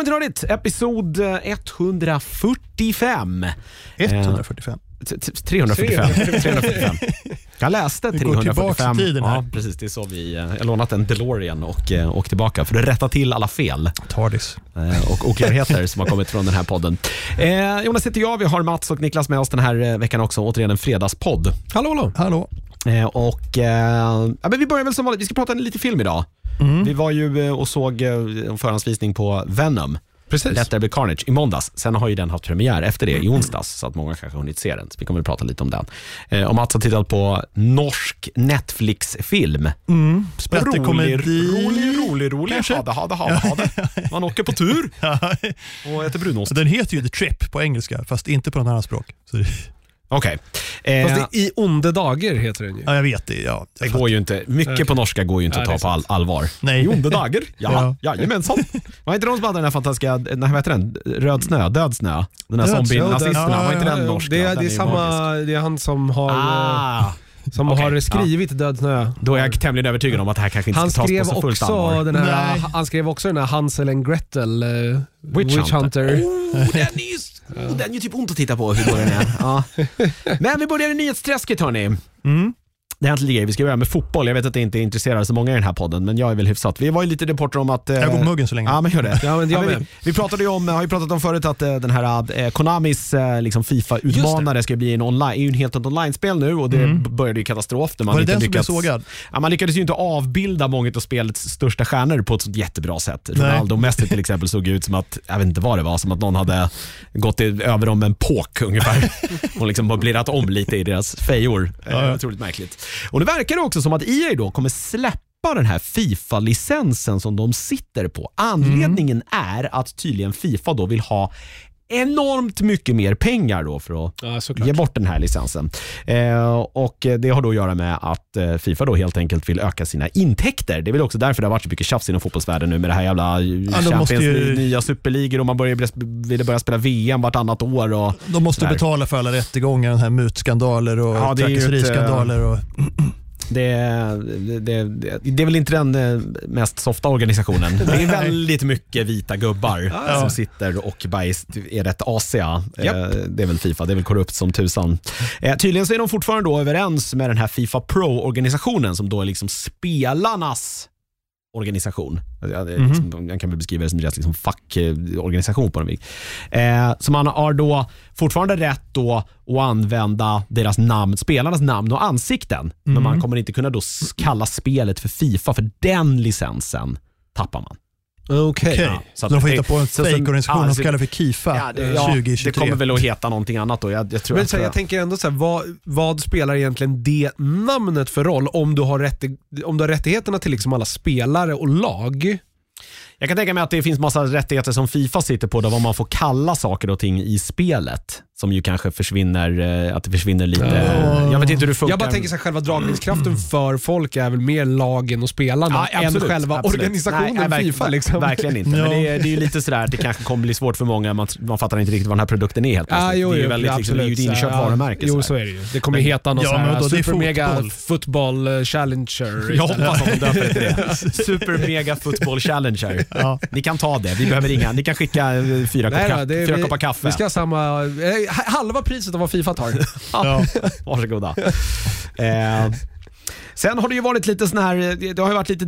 Välkommen till Nördigt, episod 145. 145? 345. Jag läste 345. Tiden här. Ja, precis, det är så jag lånat en DeLorean och tillbaka för att rätta till alla fel. TARDIS. Och oklarheter som har kommit från den här podden. Jonas heter jag, vi har Mats och Niklas med oss den här veckan också. Återigen en fredagspodd. Hallå. Men vi börjar väl som vanligt. Vi ska prata lite film idag. Vi var ju och såg en förhandsvisning på Venom. Precis. Let There Be Carnage i måndags. Sen har ju den haft premiär efter det i onsdags, så att många kanske har hunnit se den. Så vi kommer att prata lite om den. Och Mats har tittat på norsk Netflix-film. Rolig. Kanske. Ha det. Man åker på tur och äter brunost. Den heter ju The Trip på engelska, fast inte på något annat språk. Så Okej. Fast i onda dagar heter den ju. ja, jag vet det. Ja. Det går ju inte. Mycket på norska går ju inte att ta på allvar. Nej. I onda dagar? Jajamensan. Vad heter de som hade den här fantastiska, vad heter den? Röd snö, död snö. Den här zombie-nazisterna, vad heter den norska? Det är samma, det är han som har... har skrivit Död snö. Då är jag tämligen övertygad om att det här kanske inte ska tas på så fullt allvar. Han skrev också den här Hansel and Gretel Witch Hunter. Den är ju typ ont att titta på hur den är. Ja. Men vi börjar i nyhetsträsket, hörni. Det är inte lika. Vi ska börja med fotboll. Jag vet att det inte intresserar så många i den här podden, men jag är väl hyfsat. Vi var ju lite reporter om att... jag går muggen så länge. Ja, men gör det. Vi pratade ju har ju pratat om förut att den här Konamis liksom FIFA-utmanare ska bli är ju en helt online-spel nu, och det började ju katastrof. Där man var det den som blev sågad? Ja, man lyckades ju inte avbilda många av spelets största stjärnor på ett sånt jättebra sätt. Ronaldo och Messi till exempel såg ut som att, jag vet inte vad det var, som att någon hade gått över dem en påk ungefär och liksom bara blirat om lite i deras fejor. Otroligt märkligt. Och det verkar också som att EA då kommer släppa den här FIFA-licensen som de sitter på. Anledningen är att tydligen FIFA då vill ha enormt mycket mer pengar då för att ge bort den här licensen. Och det har då att göra med att FIFA då helt enkelt vill öka sina intäkter. Det är väl också därför det har varit så mycket tjafs inom fotbollsvärlden nu med det här jävla Champions nya superligor, och man ville börja spela VM vartannat år. Och de måste betala för alla rättegångar, den här mutskandaler och trakasseriskandaler och... Det är väl inte den mest softa organisationen. Det är väldigt mycket vita gubbar som sitter och bara är rätt asiga. Det är väl FIFA, det är väl korrupt som tusan. Tydligen så är de fortfarande då överens med den här FIFA Pro-organisationen som då är liksom spelarnas organisation. Man kan väl beskriva det som deras liksom fackorganisation på den. Så man har då fortfarande rätt då att använda deras namn, spelarnas namn och ansikten. Men man kommer inte kunna då kalla spelet för FIFA, för den licensen tappar man. Okej. Så de får hitta på en fake-organisation som kallar för KIFA 2023. Det kommer väl att heta någonting annat då. Jag tror jag tänker ändå så här, vad spelar egentligen det namnet för roll om du har rättigheterna till liksom alla spelare och lag? Jag kan tänka mig att det finns massa rättigheter som FIFA sitter på, där vad man får kalla saker och ting i spelet, som ju kanske försvinner, att det försvinner lite. Jag vet inte hur det funkar. Jag bara tänker så här, själva dragningskraften för folk är väl mer lagen och spelarna än själva organisationen FIFA liksom. Verkligen inte. Men det är ju lite sådär att det kanske kommer bli svårt för många. Man fattar inte riktigt vad den här produkten är helt plötsligt. Det är ju väldigt liksom, det är ju ett inköpt varumärke. Jo, så är det ju. Det kommer heta något Super Mega Football Challenger. Jag hoppas att de döper det till det. Super Mega Football Challenger. Ni kan ta det. Vi behöver inga. Ni kan skicka 4 koppar kaffe. Vi ska ha samma halva priset av vad FIFA tar. Varsågoda. Sen har det ju varit lite sån här, det har ju varit lite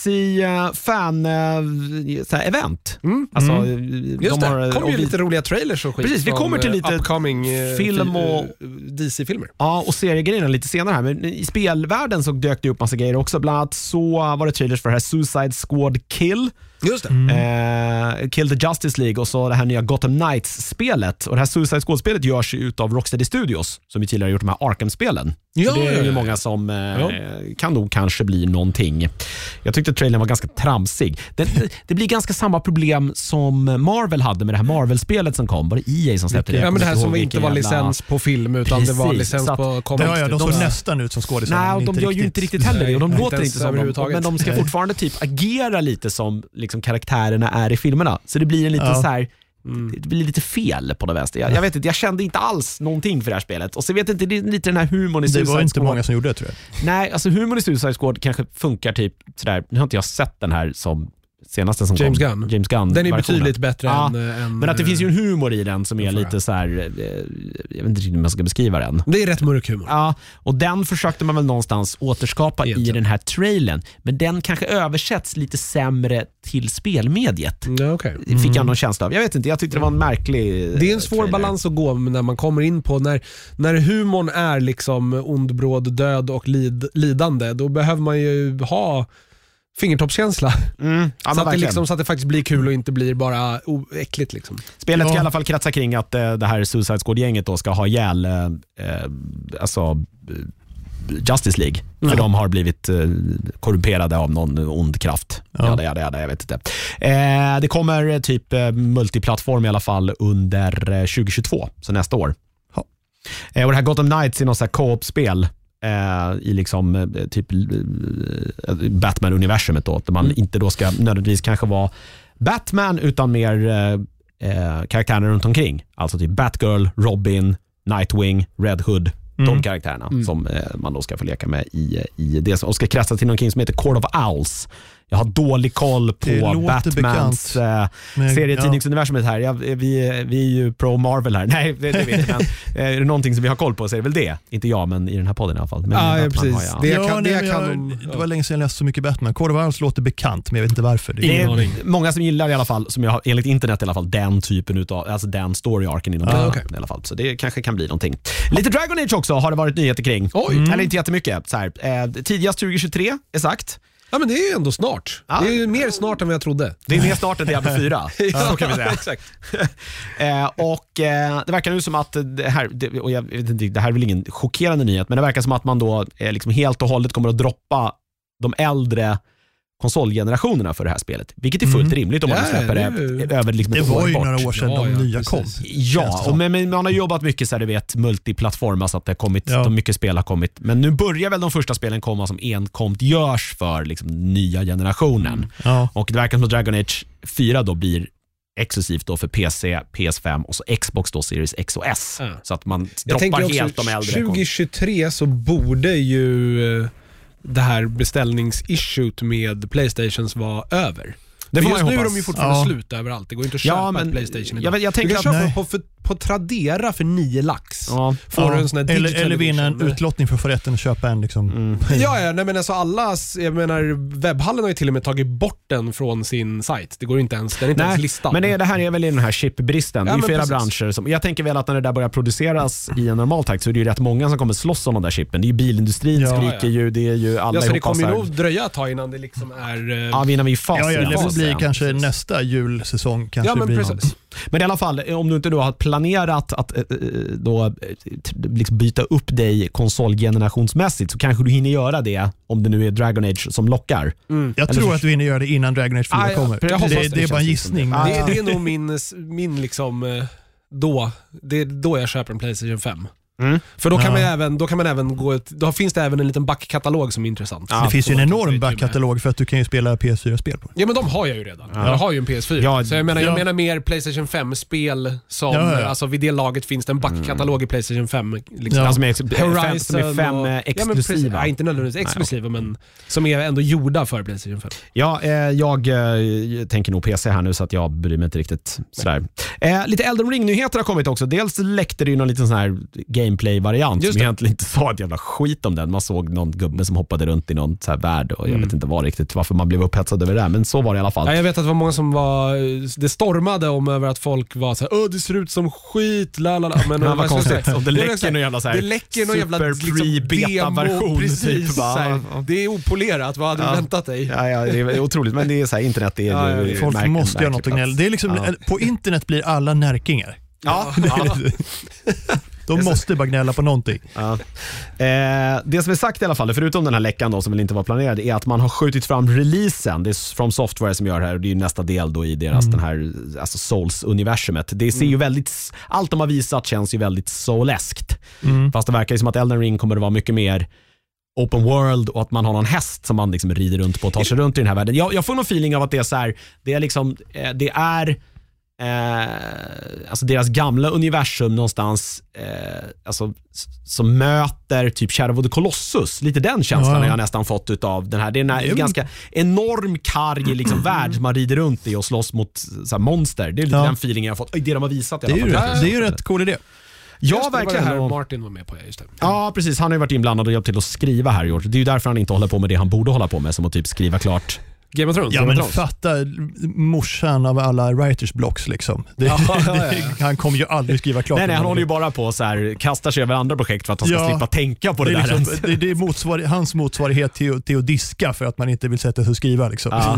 DC-fan-event. Alltså, just det, kom ju lite roliga trailers och skit. Precis, vi kommer till lite upcoming film och DC-filmer. Ja, och seriegrejerna lite senare här. Men i spelvärlden så dök det upp massa grejer också. Bland annat så var det trailers för det här Suicide Squad Kill. Just det. Kill the Justice League, och så det här nya Gotham Knights-spelet. Och det här Suicide Squad-spelet görs ju av Rocksteady Studios, som ju tidigare gjort de här Arkham-spelen. Så det är ju många som kan nog kanske bli någonting. Jag tyckte att trailern var ganska tramsig. Det blir ganska samma problem som Marvel hade med det här Marvel-spelet som kom. Var det EA som släppte det? Ja, men det här som inte var licens på film, utan precis, det var licens på comics. De såg nästan ut som skådespelare. Nej, de gör ju inte riktigt heller det. Och de låter inte som dem. Men de ska fortfarande typ agera lite som liksom karaktärerna är i filmerna. Så det blir en lite så här... Det blir lite fel på det vänster. Jag vet inte, jag kände inte alls någonting för det här spelet. Och så vet inte, det är lite den här humorn i Suicide Squad. Det var inte många som gjorde det, tror jag. Nej, alltså humorn i Suicide Squad kanske funkar typ sådär. Nu har inte jag sett den här som senaste som James kom. James Gunn. Den är betydligt bättre än... Men att det finns ju en humor i den som är lite så här, jag vet inte hur man ska beskriva den. Det är rätt mörk humor. Ja, och den försökte man väl någonstans återskapa i den här trailern. Men den kanske översätts lite sämre till spelmediet. Ja, okay. Fick jag någon känsla av. Jag vet inte, jag tyckte det var en märklig... Det är en svår balans att gå när man kommer in på när humorn är liksom ondbråd, död och lidande. Då behöver man ju ha fingertoppskänsla. Ja, så att det faktiskt blir kul och inte blir bara äckligt liksom. Spelet ska i alla fall kretsa kring att det här Suicide Squad-gänget då ska ha ihjäl Justice League. För de har blivit korrumperade av någon ond kraft. Jag vet inte. Det kommer typ multiplattform i alla fall under 2022, så nästa år. Och det här Gotham Knights är något så här co-op-spel i liksom typ Batman-universumet då, där man inte då ska nödvändigtvis kanske vara Batman utan mer karaktärerna runt omkring. Alltså typ Batgirl, Robin, Nightwing, Red Hood, de karaktärerna som man då ska få leka med i det och ska kretsa till någonting som heter Court of Owls. Jag har dålig koll på Batmans serietidningsuniversumet här. Vi är ju pro Marvel här. Nej, det vet jag inte. Är det någonting som vi har koll på så är det väl det. Inte jag, men i den här podden i alla fall. Men ja, precis. Det var länge sedan jag läste så mycket Batman. Court of Owls låter bekant, men jag vet inte varför. Det är många som gillar i alla fall, som jag har, enligt internet i alla fall, den typen utav, alltså den story-arken inom i alla fall. Så det kanske kan bli någonting. Lite Dragon Age också har det varit nyheter kring. Eller inte jättemycket. Så här, tidigast 2023 är sagt. Ja, men det är ju ändå snart. Ja. Det är ju mer snart än vad jag trodde. Det är mer snart än Diablo 4. Så kan vi säga. Exakt. Och det verkar nu som att det här, och jag vet inte, det här är väl ingen chockerande nyhet, men det verkar som att man då liksom helt och hållet kommer att droppa de äldre konsolgenerationerna för det här spelet. Vilket är fullt rimligt om man släpper det över liksom ett år bort. Det var ju några år sedan de nya kom. Ja, och men man har jobbat mycket så här, du vet, multiplattformar, så att det har kommit, de mycket spel har kommit. Men nu börjar väl de första spelen komma som enkomt görs för liksom nya generationen. Och det verkar som att Dragon Age 4 då blir exklusivt då för PC, PS5 och så Xbox då Series X och S. Så att man droppar helt de äldre. 2023 så borde ju det här beställningsissuet med PlayStations var över. Just nu är de ju fortfarande slut överallt. Det går inte att köpa en PlayStation idag. Jag tänker du kan köpa på Tradera för 9 lax. Får du en sån här eller vinna en utlottning för att få rätten att köpa en liksom. Nej, men alltså jag menar, webbhallen har ju till och med tagit bort den från sin sajt. Det går inte ens, den är inte ens listad. Men det här är väl i den här chipbristen. Det är flera branscher som, jag tänker väl att när det där börjar produceras i en normal takt så är det ju rätt många som kommer slåss om de där chippen. Det är ju bilindustrin skriker ju, det är ju alla. Så det kommer nog dröja ett tag innan det liksom är innan vi är fast. Det blir kanske nästa julsäsong kanske men blir. Precis. Men i alla fall, om du inte då har planerat att då liksom byta upp dig konsolgenerationsmässigt, så kanske du hinner göra det om det nu är Dragon Age som lockar. Jag tror att du hinner göra det innan Dragon Age 4 kommer. Det är bara en gissning. Det är nog min liksom det är då jag köper en PlayStation 5. För då kan man även gå då finns det även en liten backkatalog som är intressant. Det finns ju en enorm backkatalog för att du kan ju spela PS4-spel på. Ja, men de har jag ju redan. Jag har ju en PS4. Så jag menar mer PlayStation 5-spel som alltså vid det laget finns det en backkatalog i PlayStation 5 liksom. Alltså Horizon som är 5 exklusiva. Inte nödvändigtvis exklusiva, men som är ändå gjorda för PlayStation 5. Ja, jag tänker nog PC här nu, så att jag bryr mig inte riktigt sådär. Lite Elden Ring-nyheter har kommit också. Dels läckte det ju någon liten sån här gameplay-variant som egentligen inte sa ett jävla skit om den. Man såg någon gubbe som hoppade runt i någon så här värld och jag vet inte varför man blev upphetsad över det, men så var det i alla fall. Ja, jag vet att det var många som det stormade om över att folk var så här, det ser ut som skit, lalala. Men vad konstigt. Och det läcker någon jävla så här, det läcker någon jävla pre-beta-version. Precis. Typ, det är opolerat, vad hade du väntat dig? Ja, det är otroligt, men det är så här, internet är ju folk måste göra något gnäll. Det är liksom, på internet blir alla närkingar. De måste bara gnälla på någonting. Det som är sagt i alla fall, förutom den här läckan då, som väl inte var planerad, är att man har skjutit fram releasen. Det är From Software som gör det här, och det är ju nästa del då i deras den här alltså Souls-universumet. Det ser ju väldigt, allt de har visat känns ju väldigt souleskt. Fast det verkar ju som att Elden Ring kommer att vara mycket mer open world och att man har någon häst som man liksom rider runt på och tar sig runt i den här världen. Jag får någon feeling av att det är så här, det är liksom, det är alltså deras gamla universum någonstans alltså, som möter typ Shadow of the Colossus. Lite den känslan har jag nästan fått utav den här. Det är en ganska enorm karg liksom, värld som man rider runt i och slåss mot så här, monster. Det är lite den feelingen jag har fått. Det de har visat i alla fall. Det är ju rätt cool idé. Ja, verkligen. Här Martin var med på just det. Ja, precis. Han har ju varit inblandad och hjälpt till att skriva här, George. Det är ju därför han inte håller på med det han borde hålla på med, som att typ skriva klart Game of Thrones. Ja, men fatta morsan av alla writers blocks liksom. Han kommer ju aldrig skriva klart. Nej, han håller ju bara på så här, kastar sig över andra projekt för att han ska slippa tänka på det där. Liksom, det är hans motsvarighet till att diska för att man inte vill sätta sig och skriva liksom. Ja.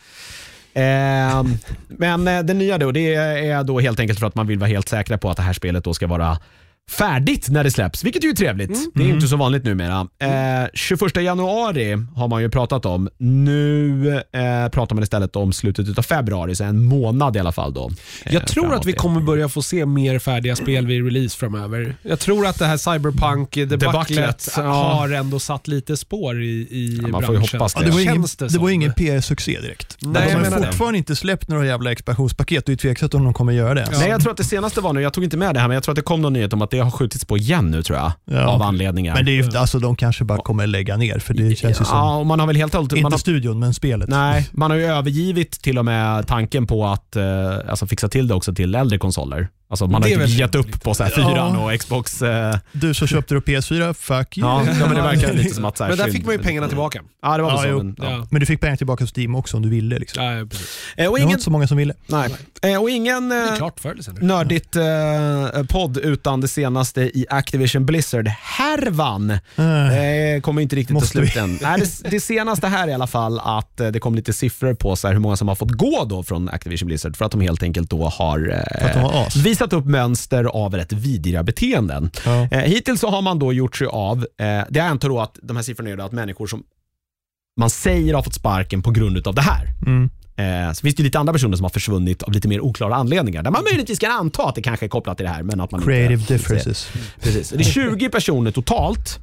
Men det nya då, det är då helt enkelt för att man vill vara helt säkra på att det här spelet då ska vara färdigt när det släpps, vilket är ju trevligt. Det är inte så vanligt numera. 21 januari har man ju pratat om. Nu pratar man istället om slutet av februari, så en månad i alla fall då. Jag tror att vi kommer börja få se mer färdiga spel vid release framöver. Jag tror att det här Cyberpunk-debaclet har ändå satt lite spår i man får ju hoppas det. Det var ingen PR-succé direkt. Nej, de har fortfarande inte släppt några jävla expansionspaket och är tveksamt om de kommer göra det. Nej, jag tror att det senaste var nu, jag tog inte med det här, men jag tror att det kom någon nyhet om att det har skjutits på igen nu, tror jag, av anledningar. Men det är ju, alltså, de kanske bara kommer lägga ner, för det känns ju som... och man har väl helt inte studion, men spelet. Nej, man har ju övergivit till och med tanken på att alltså fixa till det också till äldre konsoler. Alltså man har inte gett upp på så här 4 och Xbox. Du så köpte du PS4, fuck you. Ja, men det verkar lite som att så här, men där fick man ju pengarna tillbaka. Ja, det var så. Men du fick pengar tillbaka hos Steam också om du ville liksom. Ja, precis. Och det var inte så många som ville. Nej. Och ingen nördigt podd utan det senaste i Activision Blizzard-härvan. Kommer inte riktigt till sluten. Nej, det senaste här i alla fall att det kom lite siffror på så här, hur många som har fått gå då från Activision Blizzard för att de helt enkelt då har visat upp mönster av rätt vidriga beteenden. Hittills så har man då gjort sig av, det jag antar då att de här siffrorna är då att människor som man säger har fått sparken på grund av det här. Så finns det lite andra personer som har försvunnit av lite mer oklara anledningar där man möjligtvis kan anta att det kanske är kopplat till det här, men att man creative inte differences. Precis. Det är 20 personer totalt.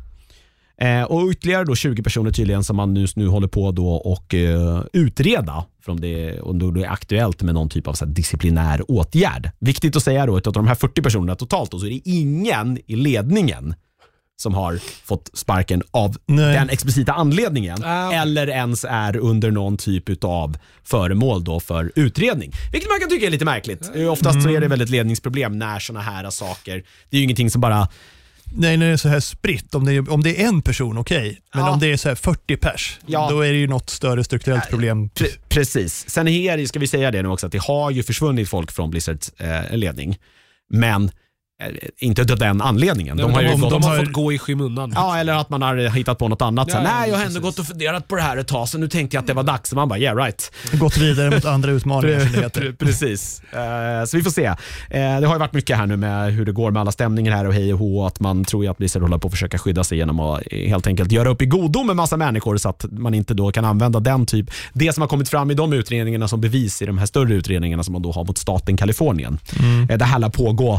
Och ytterligare då 20 personer tydligen som man nu håller på då och utreda om det är aktuellt med någon typ av så här disciplinär åtgärd. Viktigt att säga då att av de här 40 personerna totalt då, så är det ingen i ledningen som har fått sparken av den explicita anledningen eller ens är under någon typ av föremål då för utredning. Vilket man kan tycka är lite märkligt. Oftast så är det väldigt ledningsproblem när såna här saker. Det är ju ingenting som bara... Nej, när det är så här spritt, om det är en person, okej. Men om det är så här 40 pers, då är det ju något större strukturellt problem. Precis. Sen här ska vi säga det nu också, att det har ju försvunnit folk från Blizzards ledning. Men inte av den anledningen. De har fått gå i skymundan. Ja, eller att man har hittat på något annat. Nej, jag har ändå gått och funderat på det här ett tag, så nu tänkte jag att det var dags. Så man bara, yeah right. Gått vidare mot andra utmaningar. Precis. Så vi får se. Det har ju varit mycket här nu med hur det går med alla stämningar här och hej och hå. Att man tror ju att Blizzard håller på att försöka skydda sig genom att helt enkelt göra upp i godo med massa människor så att man inte då kan använda det som har kommit fram i de utredningarna som bevis i de här större utredningarna som man då har mot staten Kalifornien. Det här lär pågå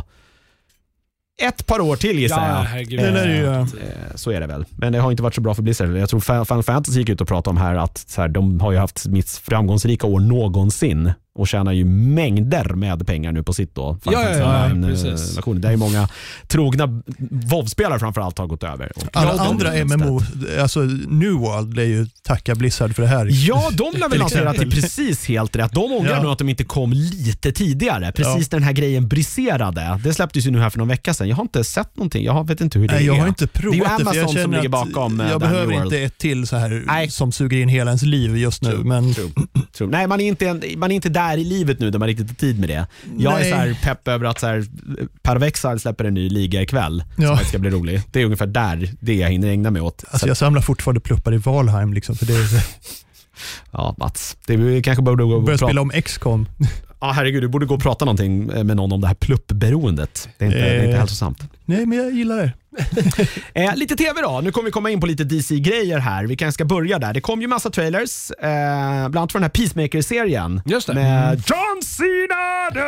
ett par år till, gissar jag. Så är det väl. Men det har inte varit så bra för Blizzard. Jag tror Final Fantasy gick ut och pratade om här att så här, de har ju haft mitt framgångsrika år någonsin och tjänar ju mängder med pengar nu på sitt då. Precis. Det är ju många trogna WoW-spelare framförallt har gått över. Alla andra MMO, alltså New World, är ju tacka Blizzard för det här. Ja, de har väl lanserat det precis helt rätt. De ångrar nog att de inte kom lite tidigare. Precis när den här grejen briserade. Det släpptes ju nu här för någon vecka sedan. Jag har inte sett någonting. Jag vet inte hur det är. Jag har inte provat det. Är Amazon som ligger bakom. Jag behöver inte ett till så här som suger in hela ens liv just nu. Men... True. Nej, man är inte där i livet nu där man riktigt har tid med det. Jag är så här pepp över att så här, Parvexar släpper en ny liga ikväll som ska bli rolig. Det är ungefär där det jag hinner ägna mig åt. Alltså jag samlar fortfarande pluppar i Valheim liksom, för det är så... Ja, Mats. Det kanske borde gå börja spela om XCOM. Ja, herregud, du borde gå och prata någonting med någon om det här pluppberoendet. Det är inte hälsosamt. Nej, men jag gillar det. Lite tv då. Nu kommer vi komma in på lite DC-grejer här. Vi kanske ska börja där. Det kom ju massa trailers. Bland annat för den här Peacemaker-serien. Just det. Med John Cena!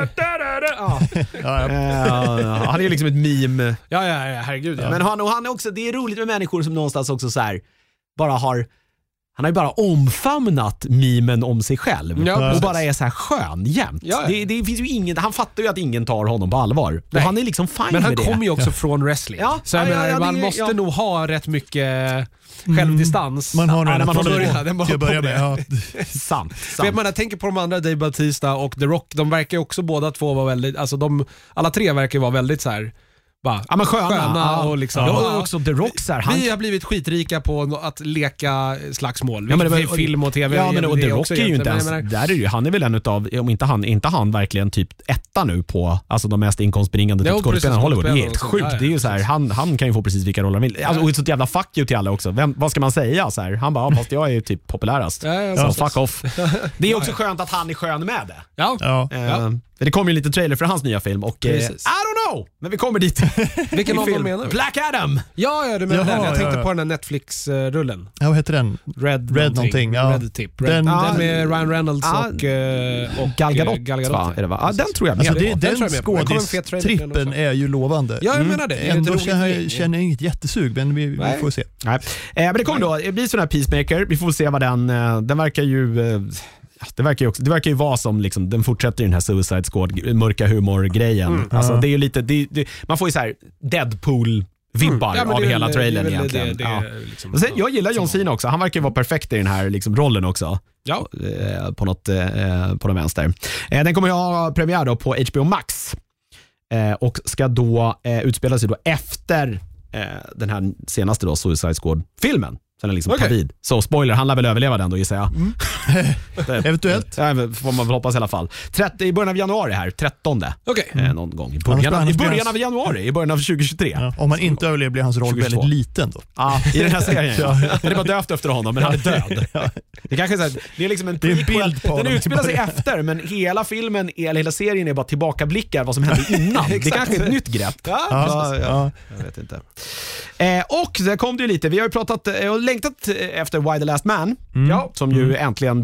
Han är liksom ett meme. Ja, herregud. Ja. Men han är också, det är roligt med människor som någonstans också så här bara har Han har ju bara omfamnat mimen om sig själv och bara är så här skön jämt. Ja. Det finns ju ingen, han fattar ju att ingen tar honom på allvar. Och han är liksom fine med det. Men han kommer ju också från wrestling. Ja. Så jag menar, man måste nog ha rätt mycket självdistans. Man har när man börjar med. Ja. Sant. För jag tänker på de andra, Dave Bautista och The Rock, de verkar ju också båda två vara väldigt, alltså alla tre verkar vara väldigt så här. Men sköna och liksom. Ja, också The Rock så här, vi har blivit skitrika på att leka slagsmål. Ja, men film och tv. Ja, men och The Rock är ju inte ens, där är ju, han är väl en utav, om inte han verkligen typ etta nu på alltså de mest inkomstbringande typ skådespelarna i Hollywood. Det är helt sjukt. Det är ju så här, han kan ju få precis vilka roller han vill. Alltså, och ett sånt jävla fuck you till alla också. Vad ska man säga så här? Han bara, fast jag är typ populärast. Så fuck off. Det är också skönt att han är skön med det. Ja. Det kommer ju en liten trailer för hans nya film och I don't know, men vi kommer dit. Vilken av dem menar du? Black Adam. Ja, du menar den. Jag tänkte på den här Netflix-rullen. Ja, vad heter den? Red någonting. Ja. Red Tip. Den med Ryan Reynolds och Gal Gadot. Är det, va? Ja, den tror jag alltså, med. Den skådistrippen är ju lovande. Ja, jag menar det. Ändå känner jag inget jättesug, men vi får se. Nej. Men det kommer då, det blir sån här Peacemaker. Vi får se vad den verkar ju... Det verkar ju vara som liksom, den fortsätter den här Suicide Squad mörka humor-grejen. Alltså, det är ju lite man får ju så här Deadpool-vibbar av hela trailern egentligen. Liksom, sen, jag gillar John Cena också. Han verkar ju vara perfekt i den här liksom, rollen också. Ja. På den vänster. Den kommer ju ha premiär då på HBO Max. Och ska då utspela sig då efter den här senaste då Suicide Squad-filmen. Sen är liksom tar vid. Så spoiler, han lär väl överleva den då gissar jag. Eventuellt. Får man väl hoppas i alla fall. I början av januari här, 13. Någon gång. I början av januari, i början av 2023. Ja, om man inte överlever blir hans roll 2022. Väldigt liten då. Ja, i den här serien. Det är bara döpt efter honom, men han är död. Det kanske är så här, det är liksom en bild på den utspelar sig efter, men hela filmen, eller hela serien är bara tillbakablickar vad som hände innan. Det kanske är ett nytt grepp. Jag vet inte. Och så kom det ju lite, vi har ju pratat och längtat efter Why the Last Man, som ju äntligen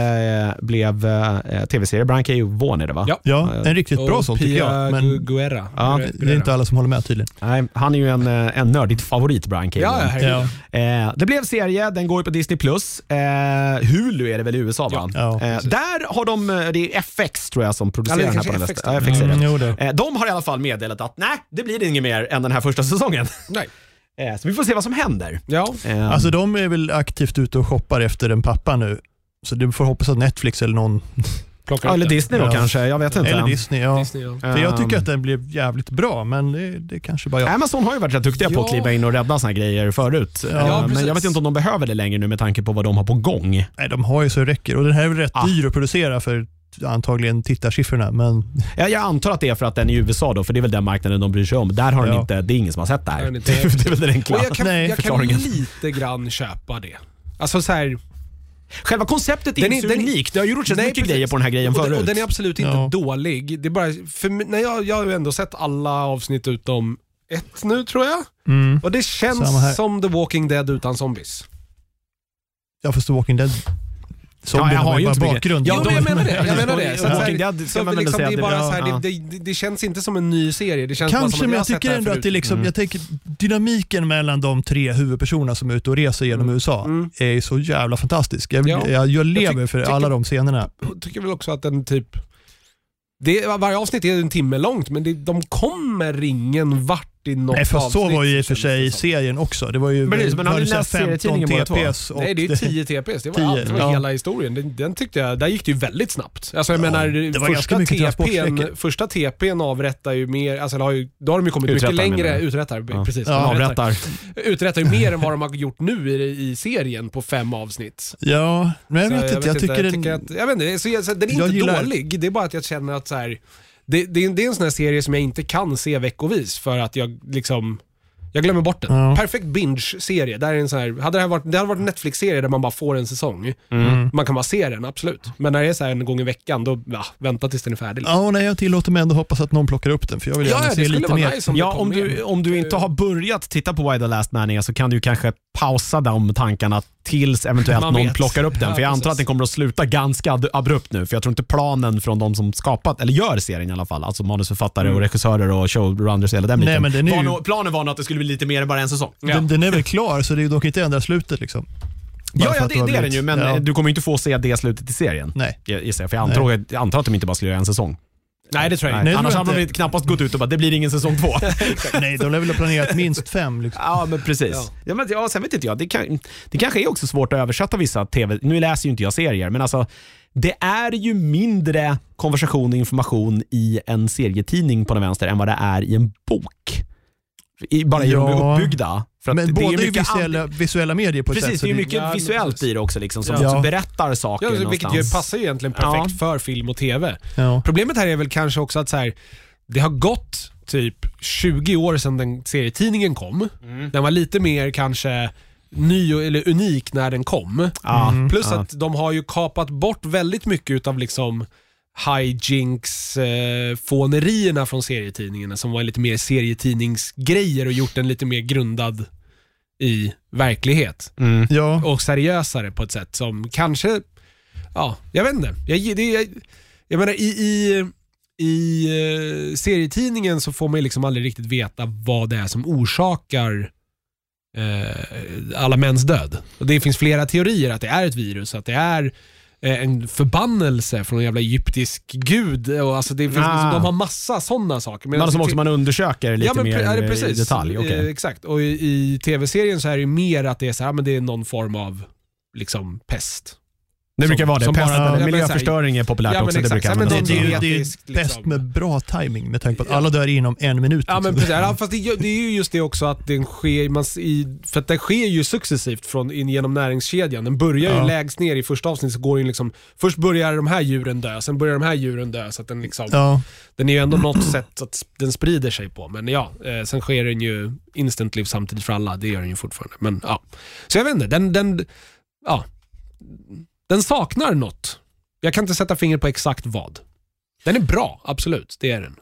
blev tv-serie. Brian K. Vaughan är det, va? Ja, en riktigt bra sån tycker jag. Men Guerra. Ja, det är inte alla som håller med tydligen. Nej, han är ju en nördigt favorit, Brian K. Ja. Det blev serie, den går ju på Disney+. Hulu är det väl i USA, va? Där har de, det är FX tror jag som producerar den här på den väster. De har i alla fall meddelat att nej, det blir inget mer än den här första säsongen. Nej. Så vi får se vad som händer. Alltså de är väl aktivt ute och shoppar efter en pappa nu. Så du får hoppas att Netflix eller någon eller Disney då kanske, jag vet inte. Eller Disney, För jag tycker att den blev jävligt bra, men det kanske bara jag. Amazon har ju varit rätt duktiga på att kliva in och rädda såna grejer förut. Men jag vet inte om de behöver det längre nu med tanke på vad de har på gång. Nej, de har ju så det räcker. Och den här är väl rätt dyr att producera för antagligen tittarsiffrorna, men jag antar att det är för att den är i USA då, för det är väl den marknaden de bryr sig om. Där har de inte, det är ingen som har sett det här. Det är väl den enkla förklaringen. Jag kan lite grann köpa det. Alltså så här, själva konceptet är inte unikt. Det har ju gjorts mycket grejer på den här grejen förut. Och den är absolut inte dålig. Det är bara när jag har ju ändå sett alla avsnitt utom ett nu tror jag. Och det känns som The Walking Dead utan zombies. Jag förstår Walking Dead. Jag har ju bara bakgrund. Jag menar det. Det känns inte som en ny serie. Det känns kanske, som men jag tycker ändå att det liksom, jag tänker dynamiken mellan de tre huvudpersonerna som är ute och reser genom USA är så jävla fantastisk. Jag lever för alla de scenerna. Jag tycker väl också att den typ varje avsnitt är en timme långt, men de kommer ingen vart i något avsnitt. Nej, för så var ju i och för sig serien också. Det var ju men han hade läst 15 TPS. Nej, det är 10 TPS. Det var allt, det var hela historien. Den tyckte jag, där gick det ju väldigt snabbt. Alltså jag menar, det var första TP:n avrättar ju mer, alltså då har de ju kommit mycket längre, uträttar ju mer än vad de har gjort nu i serien på 5 avsnitt. Ja, men jag vet inte, jag tycker den är inte dålig. Det är bara att jag känner att så här, det är en sån här serie som jag inte kan se veckovis för att jag glömmer bort den. Perfekt binge-serie. Där är en sån här, det hade varit en Netflix-serie där man bara får en säsong. Man kan bara se den, absolut. Men när det är så här en gång i veckan, då vänta tills den är färdig. Ja, nej, jag tillåter mig ändå hoppas att någon plockar upp den, för jag vill gärna se lite mer. Nice om du inte har börjat titta på Why the Last Man är, så kan du kanske pausa de tankarna tills eventuellt någon plockar upp den. För jag antar att den kommer att sluta ganska abrupt nu. För jag tror inte planen från de som skapat, eller gör serien i alla fall, alltså manusförfattare och regissörer och showrunners eller den biten. Nej, men planen var nog att det skulle bli lite mer än bara en säsong. Den är väl klar, så det är dock inte ändra slutet liksom. Ja, det är den ju, men du kommer inte få se det slutet i serien. Nej. För jag antar att de inte bara skulle göra en säsong. Nej, det tror jag inte. Annars hade de knappast gått ut och bara, det blir ingen säsong 2. Nej, de har väl planerat minst 5. Liksom. Ja, men precis. Ja, sen vet inte jag. Det kanske är också svårt att översätta vissa tv. Nu läser ju inte jag serier, men alltså det är ju mindre konversation och information i en serietidning på den vänster än vad det är i en bok. Bara genom det uppbyggda. För men det båda är visuella medier på ett sätt. Precis, det är mycket visuellt i det också liksom, som berättar saker någonstans. Vilket ju passar ju egentligen perfekt för film och tv. Ja. Problemet här är väl kanske också att så här, det har gått typ 20 år sedan den serietidningen kom. Den var lite mer kanske ny eller unik när den kom. Plus att de har ju kapat bort väldigt mycket av liksom hijinks fånerierna från serietidningarna som var lite mer serietidningsgrejer och gjort den lite mer grundad i verklighet. Och seriösare på ett sätt som kanske, jag vet inte. Jag menar i serietidningen så får man liksom aldrig riktigt veta vad det är som orsakar alla mäns död. Och det finns flera teorier att det är ett virus, att det är en förbannelse från en jävla egyptisk gud och alltså det finns, de har massa sådana saker. Men som också man undersöker lite mer i detalj. Okay. Exakt. Och i tv-serien så är det mer att det är så här, men det är någon form av liksom pest. Det brukar vara det. Miljöförstöring är populärt också. Det brukar men det är ju bäst med bra timing med tanke på att alla dör inom 1 minut. Ja, men precis. Fast det är ju just det också att den sker, för att det sker ju successivt genom näringskedjan. Den börjar ju lägst ner i första avsnitt, så går den liksom, först börjar de här djuren dö, sen börjar de här djuren dö, så att den liksom, den är ju ändå något sätt att den sprider sig på. Men sen sker den ju instantly samtidigt för alla. Det gör den ju fortfarande. Men så jag vet inte, den saknar något. Jag kan inte sätta finger på exakt vad. Den är bra, absolut. Det är den.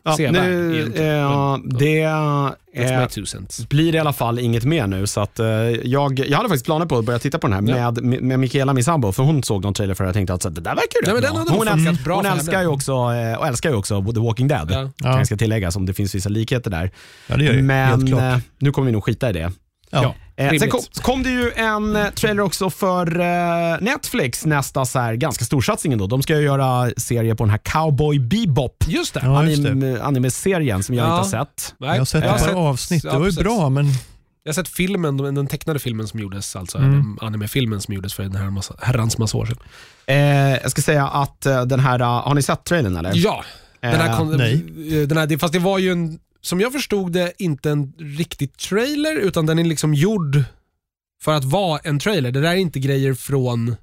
Det blir i alla fall inget mer nu. Så att, jag hade faktiskt planer på att börja titta på den här med Michaela, min sambo. För hon såg någon trailer för att jag tänkte att det där verkar ju bra. Hon älskar ju också The Walking Dead. Jag ska tillägga som det finns vissa likheter där. Ja, det gör det. Men nu kommer vi nog skita i det. Sen kom det ju en trailer också för Netflix, nästa så här ganska storsatsningen då. De ska ju göra serie på den här Cowboy Bebop. Just det. Anime-serien som jag inte har sett. Jag har sett ett par avsnitt, det var ju bra, men jag har sett filmen, den tecknade filmen som gjordes, alltså anime-filmen som gjordes för den här herrans massa år sedan. Jag ska säga att den här, har ni sett trailern eller? Ja. Nej. Fast det var ju som jag förstod det, inte en riktig trailer, utan den är liksom gjord för att vara en trailer. Det där är inte grejer från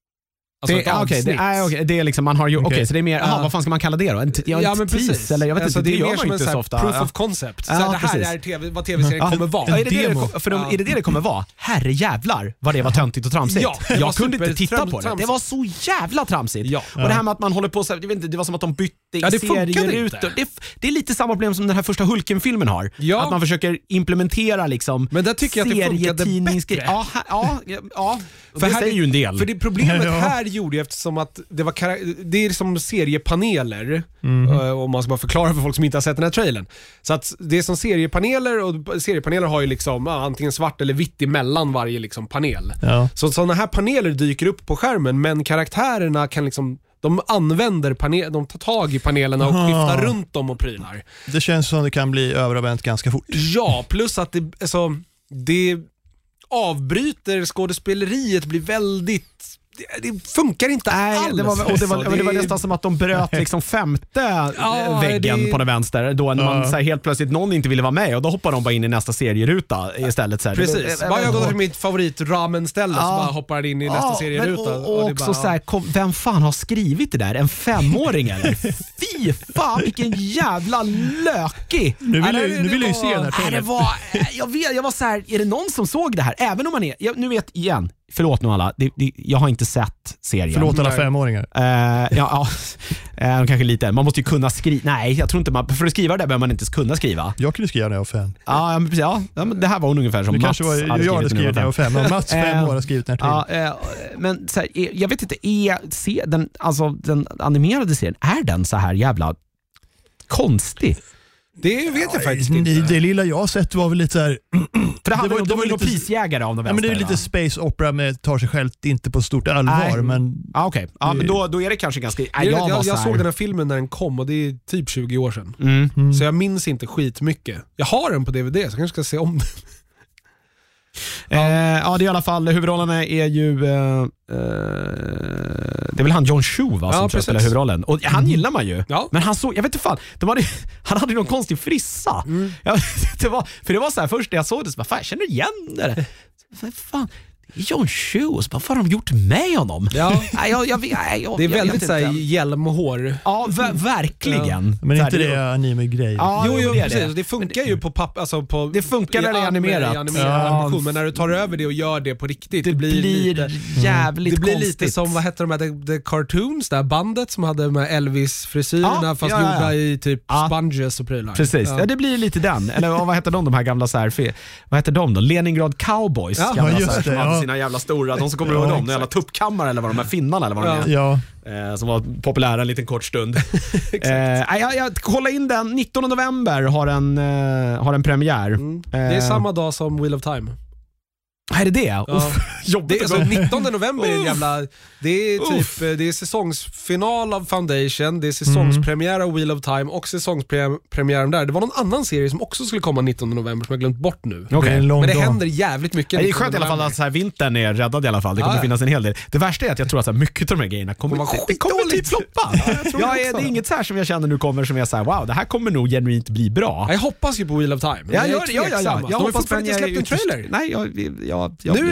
det är liksom man har ju så det är mer vad fan ska man kalla det då? Men precis. Eller jag vet inte, det gör man inte så ofta. Proof of concept. Så det här är vad tv-serien kommer vara. Är det kommer vara? Herre jävlar vad det var töntigt och tramsigt. Jag kunde inte titta på det. Det var så jävla tramsigt. Och det här med att man håller på så, jag vet inte, det var som att de bytte i serierutor. Det är lite samma problem som den här första Hulken-filmen har. Att man försöker implementera liksom. Men där tycker jag att det funkade bättre. Ja. För det säger ju en del. För det problemet här gjorde, eftersom att det är som seriepaneler, om man ska bara förklara för folk som inte har sett den här trailern. Så att det är som seriepaneler, och seriepaneler har ju liksom antingen svart eller vitt emellan varje liksom panel. Så sådana här paneler dyker upp på skärmen, men karaktärerna kan liksom, de använder de tar tag i panelerna och skiftar runt dem och prylar. Det känns som det kan bli överanvänt ganska fort. Ja, plus att det avbryter skådespeleriet, blir väldigt, det funkar inte alls. Det var nästan som att de bröt liksom femte väggen på den vänster då när man så här, helt plötsligt någon inte ville vara med, och då hoppar de bara in i nästa serieruta istället. Så här. Precis. Jag går till mitt favorit ramen-ställe så bara hoppar in i nästa serieruta. Och också så här, vem fan har skrivit det där? En 5-åring eller? Fy fan, vilken jävla lökig. Nu vill jag ju se den här. Jag var så här, är det någon som såg det här? Även om man är, nu vet igen, förlåt nu alla, jag har inte sett serien. Förlåt alla 5-åringar. Kanske lite. Man måste ju kunna skriva. Nej, jag tror inte för att skriva det behöver man inte kunna skriva. Jag kunde skriva när jag var 5. Men det här var ungefär som det Mats hade jag hade skrivit när jag var 5. Men Mats 5 år har skrivit den här men så här, jag vet inte, den animerade serien, är den så här jävla konstig? Det vet jag faktiskt inte. Det lilla jag har sett var väl lite så här... För det var ju någon prisjägare av de men det är lite space opera med tar sig själv inte på stort allvar. Men okej. Ja, men då är det kanske ganska... Jag såg den här filmen när den kom och det är typ 20 år sedan. Så jag minns inte skitmycket. Jag har den på DVD så jag kanske ska se om den. Det är i alla fall, huvudrollerna är ju det är väl han John Chu som spelar huvudrollen. Och han gillar man ju. Ja. Men han såg, jag vet inte fan, han hade någon konstig frissa. Det var så här, först när jag såg det så bara, fan, jag känner igen det. Vad fan, John Chu, vad har de gjort med honom? Ja. Det är väldigt så här hjälmhår. Ja, verkligen. Men inte det anime-grej. Ja, jo, precis. Det funkar ju på alltså på det funkar när det är animerat. Men när du tar över det och gör det på riktigt, det blir lite, jävligt det blir konstigt. lite som, vad heter de här, The Cartoons, det här bandet som hade med Elvis-frisyrerna fast gjorda i typ sponges och prylar. Precis, det blir lite den. Eller vad heter de här gamla så här, vad heter de då? Leningrad Cowboys. Ja, just det. Sina jävla stora, de som kommer ihåg dem, de jävla tuppkammare eller vad de är, finnarna eller vad de är. Som var populära en liten kort stund. Jag kolla in den, 19 november har en premiär. Det är samma dag som Wheel of Time. Är det det? Ja. Det är alltså 19 november är en jävla... Det är typ det är säsongsfinal av Foundation, det är säsongspremiär av Wheel of Time och säsongspremiären där. Det var någon annan serie som också skulle komma 19 november som jag glömt bort nu. Okay. Men det händer jävligt mycket. Det är skönt i alla fall att så här, vintern är räddad i alla fall. Det kommer finnas en hel del. Det värsta är att jag tror att så här, mycket av de här grejerna kommer typ floppa. Det är inget så här som jag känner nu kommer som är så här, wow, det här kommer nog genuint bli bra. Jag hoppas ju på Wheel of Time. Jag har fortfarande inte släppt en trailer. Nej,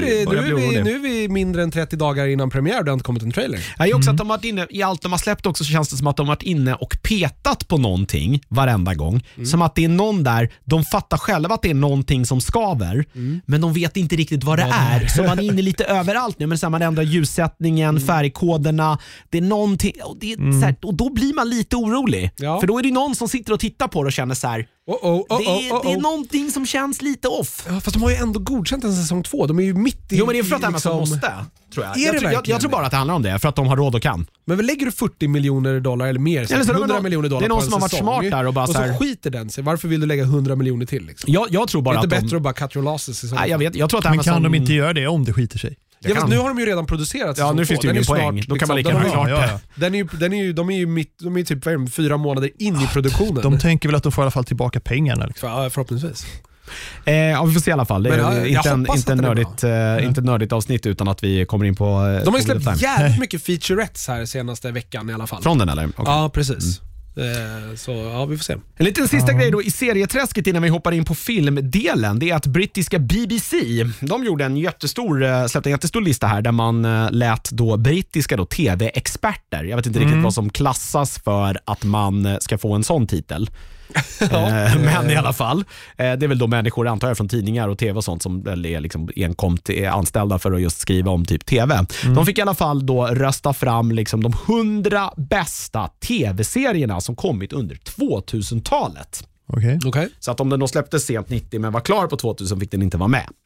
nu är vi mindre än 30 dagar innan premiär och det har inte kommit en trailer. Jag också att de har varit inne i allt de har släppt också, så känns det som att de har varit inne och petat på någonting varenda gång. Som att det är någon där, de fattar själva att det är någonting som skaver, men de vet inte riktigt vad det är. Så man är inne lite överallt nu, men så man ändrar ljussättningen, färgkoderna, det är någonting och, det är så här, och då blir man lite orolig. Ja. För då är det någon som sitter och tittar på det och känner så här. Det är någonting som känns lite off. Ja, fast de har ju ändå godkänt en säsong 2. De är ju mitt i... Jo, men det är för att Amazon måste, tror jag. Jag tror bara att det handlar om det, för att de har råd och kan. Men väl lägger du $40 miljoner eller mer? Eller så $100 miljoner. Det är någon som har varit smart där och bara så skiter den sig. Varför vill du lägga $100 miljoner till? Liksom? Jag tror bara att det är bättre att bara cut your losses. Jag tror att men kan de inte göra det om det skiter sig? Nu har de ju redan producerat. Ja, nu finns det ju ingen poäng. Då kan man lika gärna klart det. De är typ 4 månader in i produktionen. De tänker väl att de får i alla fall tillbaka pengarna. Liksom. Ja, förhoppningsvis. Vi får se i alla fall. Det är inte ett nördigt avsnitt utan att vi kommer in på... De har ju släppt jävligt mycket featurettes här senaste veckan i alla fall. Från den eller? Okay. Ja, precis. Så ja, vi får se. En liten sista grej då i serieträsket innan vi hoppar in på filmdelen, det är att brittiska BBC, de gjorde släppte en jättestor lista här där man lät då brittiska tv-experter, jag vet inte riktigt vad som klassas för att man ska få en sån titel. Men i alla fall, det är väl då människor, antar jag, från tidningar och tv och sånt som är liksom enkomt anställda för att just skriva om typ tv. De fick i alla fall då rösta fram liksom de 100 bästa tv-serierna som kommit under 2000-talet. Okay. Så att om den då släpptes sent 90 men var klar på 2000 fick den inte vara med.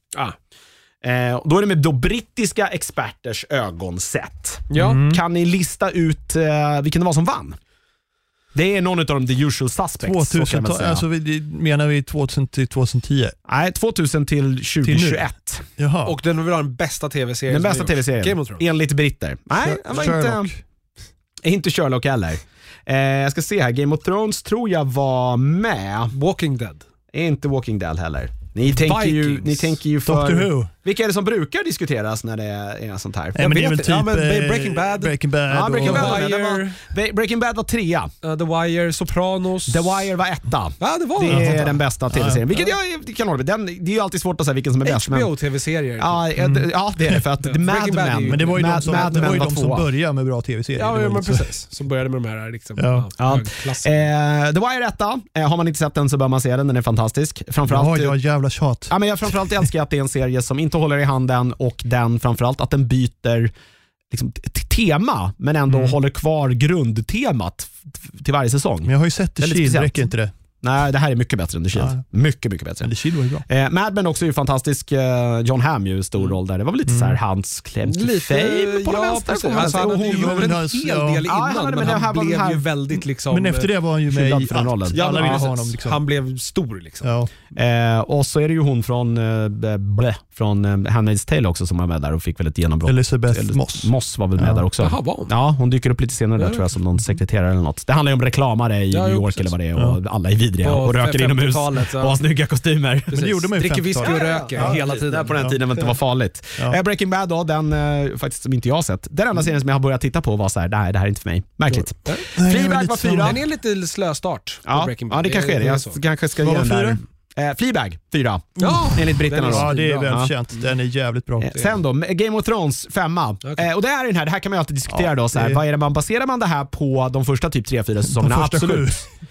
Då är det med då brittiska experters ögon sett. Kan ni lista ut vilken det var som vann? Det är någon av de the usual suspects. 2000, alltså menar vi 2000 till 2010? Nej, 2000 till 2021. Jaha. Och den vill ha den bästa tv-serien. Den bästa tv-serien. Game of Thrones. Enligt britter. Nej, inte Sherlock heller. Jag ska se här. Game of Thrones tror jag var med. Walking Dead. Inte Walking Dead heller. Ni tänker ju för... Doctor Who. Vilka är det som brukar diskuteras när det är sånt här? Men det är väl typ Breaking Bad. Breaking Bad. Ja, Wire. Breaking Bad var 3. The Wire, Sopranos. The Wire var 1. Ja, det är den bästa tv-serien. Vilket jag kan hålla med. Det är ju alltid svårt att säga vilken som är bäst. HBO-tv-serier. Ja, det är det. För att Mad Men. Men det var ju de som började med bra tv-serier. Ja, men precis. Som började med de här liksom. The Wire 1. Har man inte sett den så bör man se den. Den är fantastisk. Framförallt jävla tjat. Ja, men jag framförallt älskar att det är en serie som inte håller i handen och den framförallt att den byter liksom tema men ändå håller kvar grundtemat till varje säsong. Men jag har ju sett The Shield, räcker inte det? Nej, det här är mycket bättre än The Shield. Mycket bättre. Men The Shield var ju bra. Mad Men också är ju fantastisk. John Hamm ju stor roll där. Det var väl lite så här hans klämt fame på den vänster. Alltså, han hade ju en hel del innan, men han blev ju väldigt liksom... Men efter det var han ju med i allt. Alla ville ha honom liksom. Han blev stor liksom. Och så är det ju hon från Handmaid's Tale också som var med där och fick väl ett genombrott. Elizabeth Moss var väl med där också. Jaha, var hon? Ja, hon dyker upp lite senare där tror jag som någon sekreterare eller något. Det handlar ju om reklamare i New York eller vad det är och alla är vidriga och röker inomhus och har snygga kostymer. Men det gjorde man ju. Dricker whisky och röker hela tiden. Där på den tiden det inte var farligt. Breaking Bad då, den faktiskt som inte jag har sett. Den enda serien som jag har börjat titta på var så här, det här är inte för mig. Märkligt. Fleabag var 4. Den är lite slöstart på Breaking Bad. Ja, det kanske är det. Jag kanske ska ge den där. Fleabag 4. Enligt britterna då. Ja, det är välkänt. Den är jävligt bra. Sen då, Game of Thrones 5. Okay. Och det är den här, det här kan man ju alltid diskutera då så här, vad är det baserar man det här på de första typ 3-4 säsongerna? Absolut.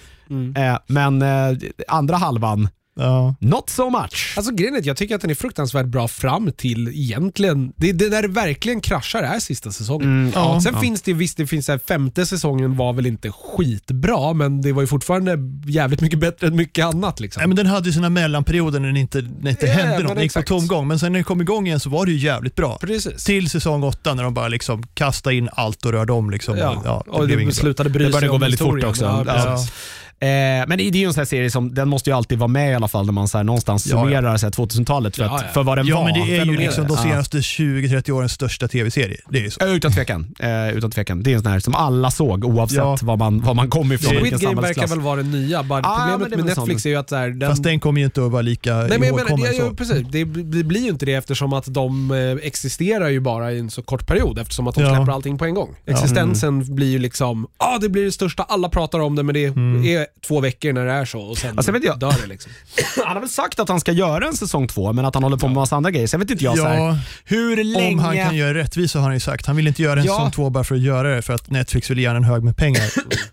Men andra halvan not so much. Alltså grejen är, jag tycker att den är fruktansvärt bra fram till egentligen det där det verkligen kraschar är sista säsongen. Sen finns det visst, det finns här, 5:e säsongen var väl inte skitbra, men det var ju fortfarande jävligt mycket bättre än mycket annat liksom. Nej, men den hade ju sina mellanperioder när det inte hände något, det gick på tomgång, men sen när den kom igång igen så var det ju jävligt bra. Precis. Till säsong 8 när de bara liksom kastade in allt och rörde om liksom. Och det slutade bry sig. Det började gå väldigt fort också. Men det är ju en sån här serie som den måste ju alltid vara med i alla fall när man så här, någonstans summerar så här, 2000-talet för vad den var. Men det är ju liksom de senaste 20-30 årens största tv-serie. Det är ju så. Utan tvekan. Det är en sån här som alla såg oavsett var man kom ifrån. Squid Game verkar väl vara den nya. Problemet med Netflix är ju att så här, fast den kommer ju inte att vara lika precis. Det blir ju inte det eftersom att de existerar ju bara i en så kort period eftersom att de släpper allting på en gång. Existensen blir ju liksom det blir det största, alla pratar om det, men det är 2 veckor när det är så och sen dör det liksom. Han har väl sagt att han ska göra en säsong 2, men att han håller på med massa andra grejer. Så jag vet inte så här, hur länge... Om han kan göra rättvisa har han ju sagt. Han vill inte göra en säsong 2 bara för att göra det, för att Netflix vill gärna en hög med pengar.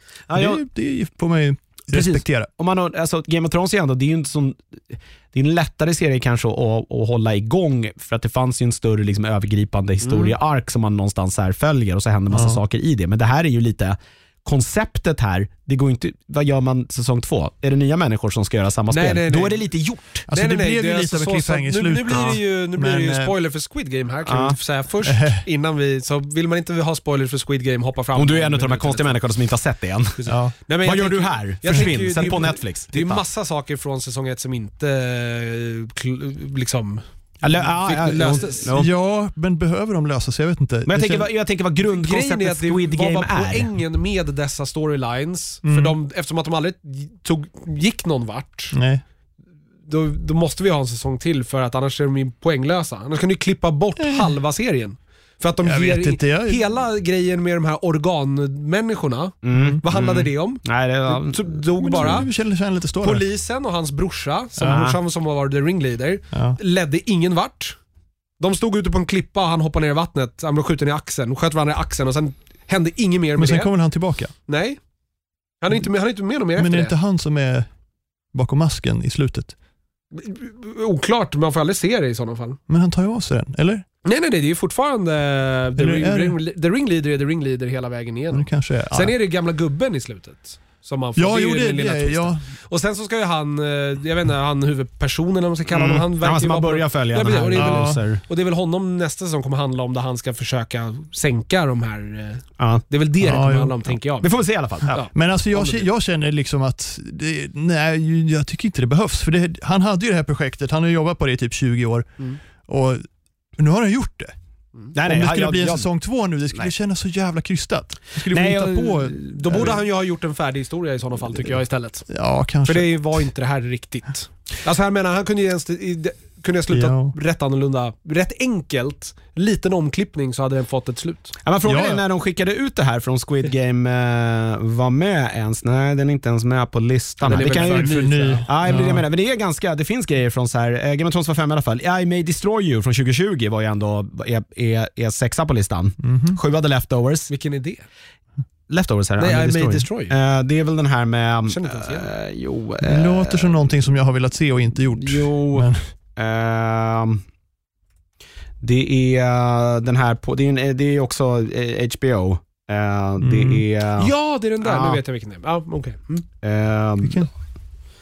Det får man ju respektera. Om man alltså, Game of Thrones är ändå, det är ju inte sån... Det är en lättare serie kanske att hålla igång, för att det fanns ju en större liksom, övergripande historieark som man någonstans här följer och så händer massa saker i det. Men det här är ju lite... Konceptet här, det går inte. Vad gör man säsong 2? Är det nya människor som ska göra samma spel? Nej. Då är det lite gjort. Alltså det blev ju lite av en cliffhanger i slutet. Nu blir det ju spoiler för Squid Game här, kan vi säga först innan vi, så vill man inte ha spoiler för Squid Game, hoppa fram. Om du är en av de här konstiga människorna som inte har sett det än. Vad gör du här? Försvinn, sätt på Netflix. Det är ju massa saker från säsong 1 som inte liksom löstes. Men behöver de lösa sig? Jag vet inte. Men jag tänker vad grundkonceptet Squid Game är. Poängen med dessa storylines, för eftersom att de aldrig gick någon vart. Nej. Då måste vi ha en säsong till, för att annars är de ju poänglösa. Annars kan du klippa bort halva serien. För att de ger hela grejen med de här organmänniskorna. Vad handlade det om? Nej, det dog bara. Lite polisen och hans brorsa som var the ringleader ledde ingen vart. De stod ute på en klippa och han hoppade ner i vattnet. Han blev skjuten i axeln. De sköt varandra i axeln och sen hände inget mer med det. Men sen kommer han tillbaka? Nej. Han är inte med något mer efter det. Men är det inte han som är bakom masken i slutet? Oklart, man får aldrig se det i sådana fall. Men han tar ju av sig den, eller? Nej, det är ju fortfarande the ringleader är the ringleader hela vägen igen. Sen är det gamla gubben i slutet som man får Och sen så ska ju han, jag vet inte, han huvudpersonen eller man ska kalla honom, han som man börjar följa den här. Och det är väl honom nästa som kommer handla om, där han ska försöka sänka de här. Det är väl det kommer handla om, tänker jag. Vi får väl se i alla fall. Men alltså jag känner liksom att jag tycker inte det behövs, för han hade ju det här projektet, han har jobbat på det i typ 20 år och nu har han gjort det. Om det skulle bli en säsong 2 nu, det skulle kännas så jävla krystat. Då borde han ju ha gjort en färdig historia i sådana fall, tycker jag istället. Ja, kanske. För det var inte det här riktigt. Alltså jag menar, han kunde ju sluta rätt annorlunda, rätt enkelt, liten omklippning, så hade den fått ett slut. Men frågan är när de skickade ut det här från Squid Game var med ens. Nej, den är inte ens med på listan. Det kan ju för ny. Men det är ganska, det finns grejer från så här, Game of Thrones var 5 i alla fall. I May Destroy You från 2020 var ju ändå är 6 på listan. 7 hade Leftovers. Vilken är det? Leftovers här. Nej, I May Destroy. Det är väl den här med det låter som någonting som jag har velat se och inte gjort. Det är den här på, det är också HBO. Det är det är den där. Nu vet jag vilken det är. Okej. Vilken?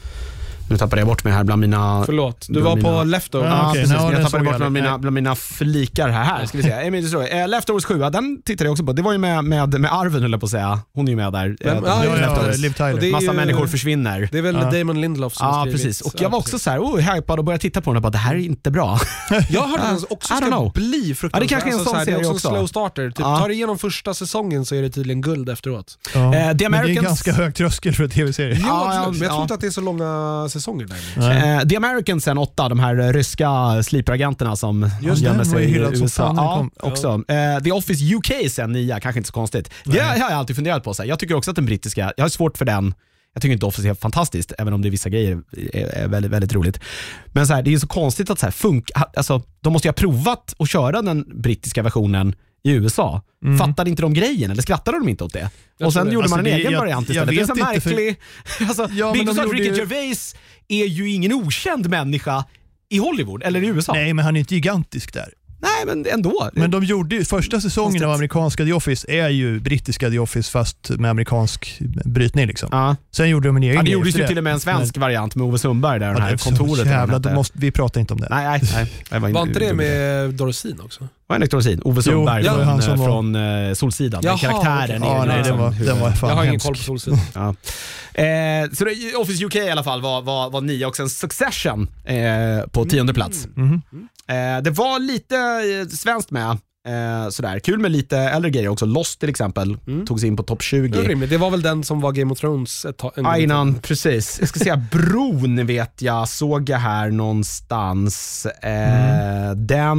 Nu tappade jag bort mig här bland mina... Förlåt, du var på Leftovers. Ja, precis. Jag tappade bort bland mina flikar här. Ska vi se. Leftovers 7, den tittade jag också på. Det var ju med Arven, höll jag på att säga. Hon är ju med där. Liv Tyler. Massa människor försvinner. Det är väl Damon Lindelof som har skrivit. Precis. Och jag var också så här, hypad och började titta på den och bara, det här är inte bra. Jag hörde att den också ska bli fruktansvärt. Det kanske är en sån serie också. Det är också en slow starter. Typ, tar det igenom första säsongen så är det tydligen guld efteråt. Men det är ganska hög tröskel för tv-serier. Men jag tror inte att det är så långa säsonger där. The Americans sen 8, de här ryska sliperagenterna som gömmer sig i USA. Också. The Office UK sen 9, kanske inte så konstigt. Det har jag alltid funderat på. Jag tycker också att den brittiska, jag har svårt för den. Jag tycker inte Office är fantastiskt, även om det är vissa grejer är väldigt, väldigt roligt. Men så här, det är så konstigt att så här alltså, de måste ju ha provat att köra den brittiska versionen i USA. Fattade inte de grejen eller skrattade de inte åt det? Och sen gjorde man en egen variant istället. Det är så märklig. Ricky Gervais är ju ingen okänd människa i Hollywood eller i USA. Nej, men han är inte gigantisk där. Nej, men ändå. Men de gjorde ju, första säsongen av amerikanska The Office är ju brittiska The Office fast med amerikansk brytning liksom. Sen gjorde de en egen. Det gjordes ju till och med en svensk variant med Ove Sundberg där, den här kontoret. Jävla, vi pratar inte om det. Nej. Var inte det med Dorsin också? Vad är Dorsin? Ove Sundberg från Solsidan. Den karaktären. Nej, den var fan. Jag har ingen koll på Solsidan. Så Office UK i alla fall var 9 och sen Succession på 10:e plats. Det var lite svenskt med. Sådär. Kul med lite äldre grejer också. Lost till exempel tog sig in på topp 20. Det var väl den som var Game of Thrones innan, precis. Jag ska säga Bron vet jag, såg jag här någonstans. Den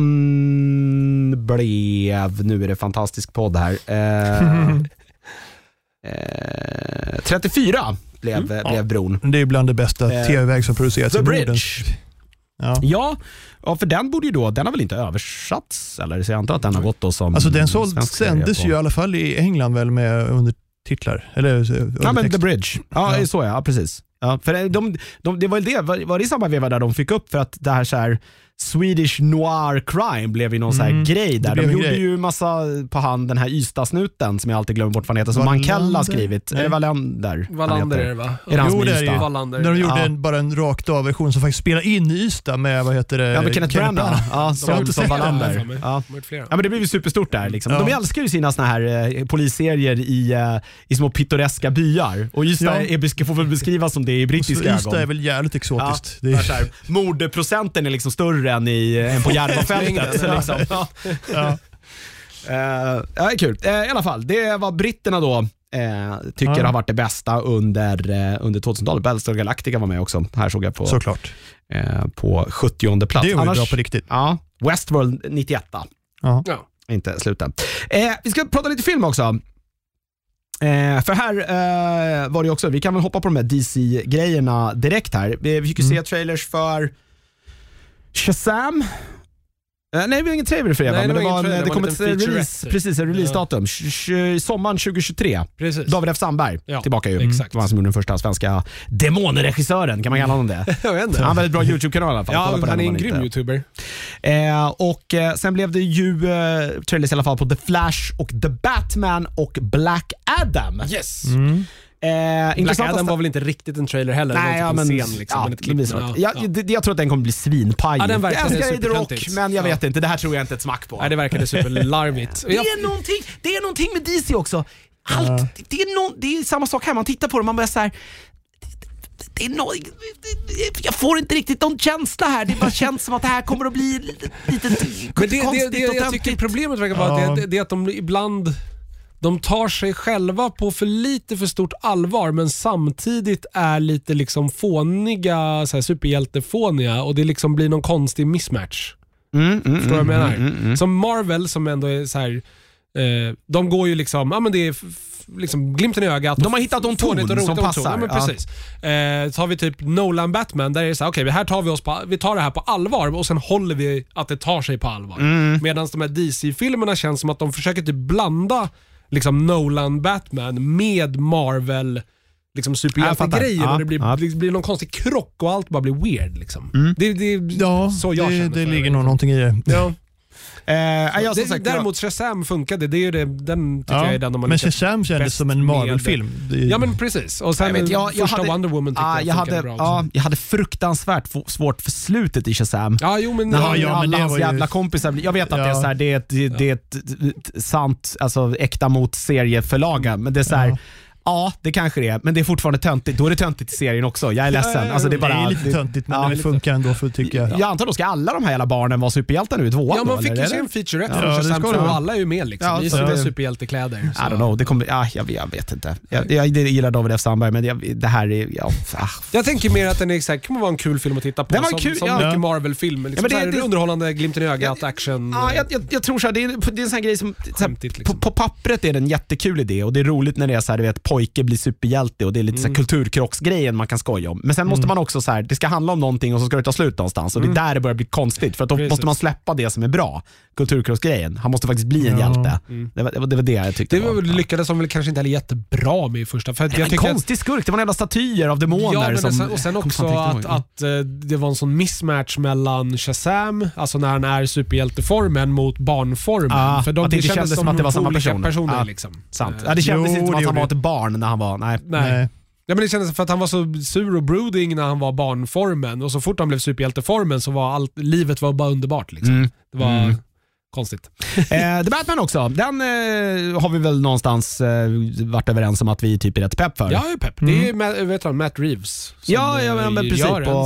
blev, nu är det fantastisk podd här. 34 blev Bron. Det är bland det bästa tv-väg som producerats i Norden. Ja, för den borde ju då, den har väl inte översatts eller så jag antar att den har gått då som... Alltså den sändes ju i alla fall i England väl med undertitlar eller men The Bridge. Ja, precis. Ja, för det var det var det i samma veva där de fick upp för att det här så här Swedish noir crime blev ju någon så här grej där. De gjorde ju massa på hand den här Ystad-snuten som jag alltid glömmer bort vad han heter, som Mankella skrivit. Är det Wallander är det va? Jo, det är ju Wallander. När de gjorde bara en rakt av version som faktiskt spelar in i Ystad med, vad heter det? Ja, med Kenneth Branagh. Som Wallander. Ja, men det blev ju superstort där liksom. De älskar ju sina såna här polisserier i små pittoreska byar. Och Ystad får väl beskrivas som det i brittiska ögon. Ystad är väl jävligt exotiskt. Ja, det är mordprocenten är liksom större än på Järvafältet. Liksom. Kul. I alla fall, det var britterna då tycker har varit det bästa under 2000-talet. Battlestar Galactica var med också. Här såg jag på såklart på 70:e plats. Det är ju bra på riktigt. Ja, Westworld 91. Inte sluta. Vi ska prata lite film också. För här var det också, vi kan väl hoppa på de här DC-grejerna direkt här. Vi fick ju se trailers för Shazam. Nej, vi har ingen trailer för det. Nej, men det kom ett release-datum. Sommaren 2023. Precis. David F. Sandberg tillbaka ju. Exakt. Det var han som gjorde den första svenska demonregissören, kan man kalla honom det? Jag vet inte. Han har väldigt bra YouTube-kanal i alla fall. Ja, han är en grym YouTuber. Och sen blev det ju trailers i alla fall på The Flash och The Batman och Black Adam. Yes. Black Adam var väl inte riktigt en trailer heller. Nej, men scen, liksom, jag tror att den kommer bli svinpaj. Ja, den jag älskar Rock, men jag vet inte. Det här tror jag inte ett smack på. Nej, det verkade superlarvigt. Det är någonting med DC också. Det är samma sak här. Man tittar på det, man börjar så här. Jag får inte riktigt någon känsla här. Det bara känns som att det här kommer att bli lite konstigt. Jag tycker problemet verkar vara att det är att de ibland de tar sig själva på för stort allvar, men samtidigt är lite liksom fåniga, så här superhjältefåniga, och det liksom blir någon konstig mismatch. Förstår du vad jag menar? Som Marvel som ändå är så här, de går ju liksom, men det är liksom glimten i ögat. De har hittat de ton som passar. Ja, men precis. Så har vi typ Nolan Batman, där är det så här, okej, här tar vi tar det här på allvar, och sen håller vi att det tar sig på allvar. Medan de här DC-filmerna känns som att de försöker typ blanda liksom Nolan Batman med Marvel liksom superhjältegrejer, och det blir någon konstig krock och allt bara blir weird liksom. Så jag känner det ligger nog någonting i det. Ja. Däremot Shazam funkade, det är ju den tycker jag är den man. Men Shazam kändes som en Marvel-film. Ja men precis. Och sen första Wonder Woman tyckte jag funkade bra också. Jag hade fruktansvärt svårt för slutet i Shazam. Ja, jo men alla hans jävla kompisar. Jag vet att det är så här, det är ett sant, alltså äkta mot serieförlaga, men det är så här. Ja, det kanske det är, men det är fortfarande töntigt. Då är det töntigt i serien också. Jag är ledsen. Alltså, det är lite töntigt, men det funkar ändå för tycker jag. Jag antar då ska alla de här jävla barnen vara superhjältar nu i tvåan. Ja, man fick ju se en featurette från Shazam och alla är ju med liksom. I sina superhjältekläder. I don't know, det kommer, jag vet inte. Jag gillar David F. Sandberg, men det här är... Jag tänker mer att den är exakt, kommer vara en kul film att titta på. Den var kul, som mycket Marvel-film. Liksom, men det är underhållande, glimten i ögat, action. Ja, jag tror så här, det är en sån här grej som... Liksom. På pappret är det en jättekul idé och det är roligt när det är så här, du vet, pojke blir superhjälte och det är lite så här kulturkrocksgrejen man kan skoja om. Men sen måste man också så här, det ska handla om någonting och så ska det ta slut någonstans och det är där det börjar bli konstigt för att då måste man släppa det som är bra. Kulturkrocksgrejen. Han måste faktiskt bli en hjälte. Det var det jag tyckte. Det lyckades som väl kanske inte heller jättebra med i första. För det var en konstig skurk. Det var en jävla statyer av demoner. Ja, och sen också att det var en sån mismatch mellan Shazam, alltså när han är superhjälteformen mot barnformen. För det kändes som att det var samma personer liksom. Sant. Det kändes inte som att han var ett barn när han var... Nej. Ja, men det kändes för att han var så sur och brooding när han var barnformen och så fort han blev superhjälteformen så var livet var bara underbart liksom. Det var konstigt. The Batman också. Den har vi väl någonstans varit överens om att vi typ är rätt pepp för. Ja, jag är pepp. Det är Matt Reeves som men precis.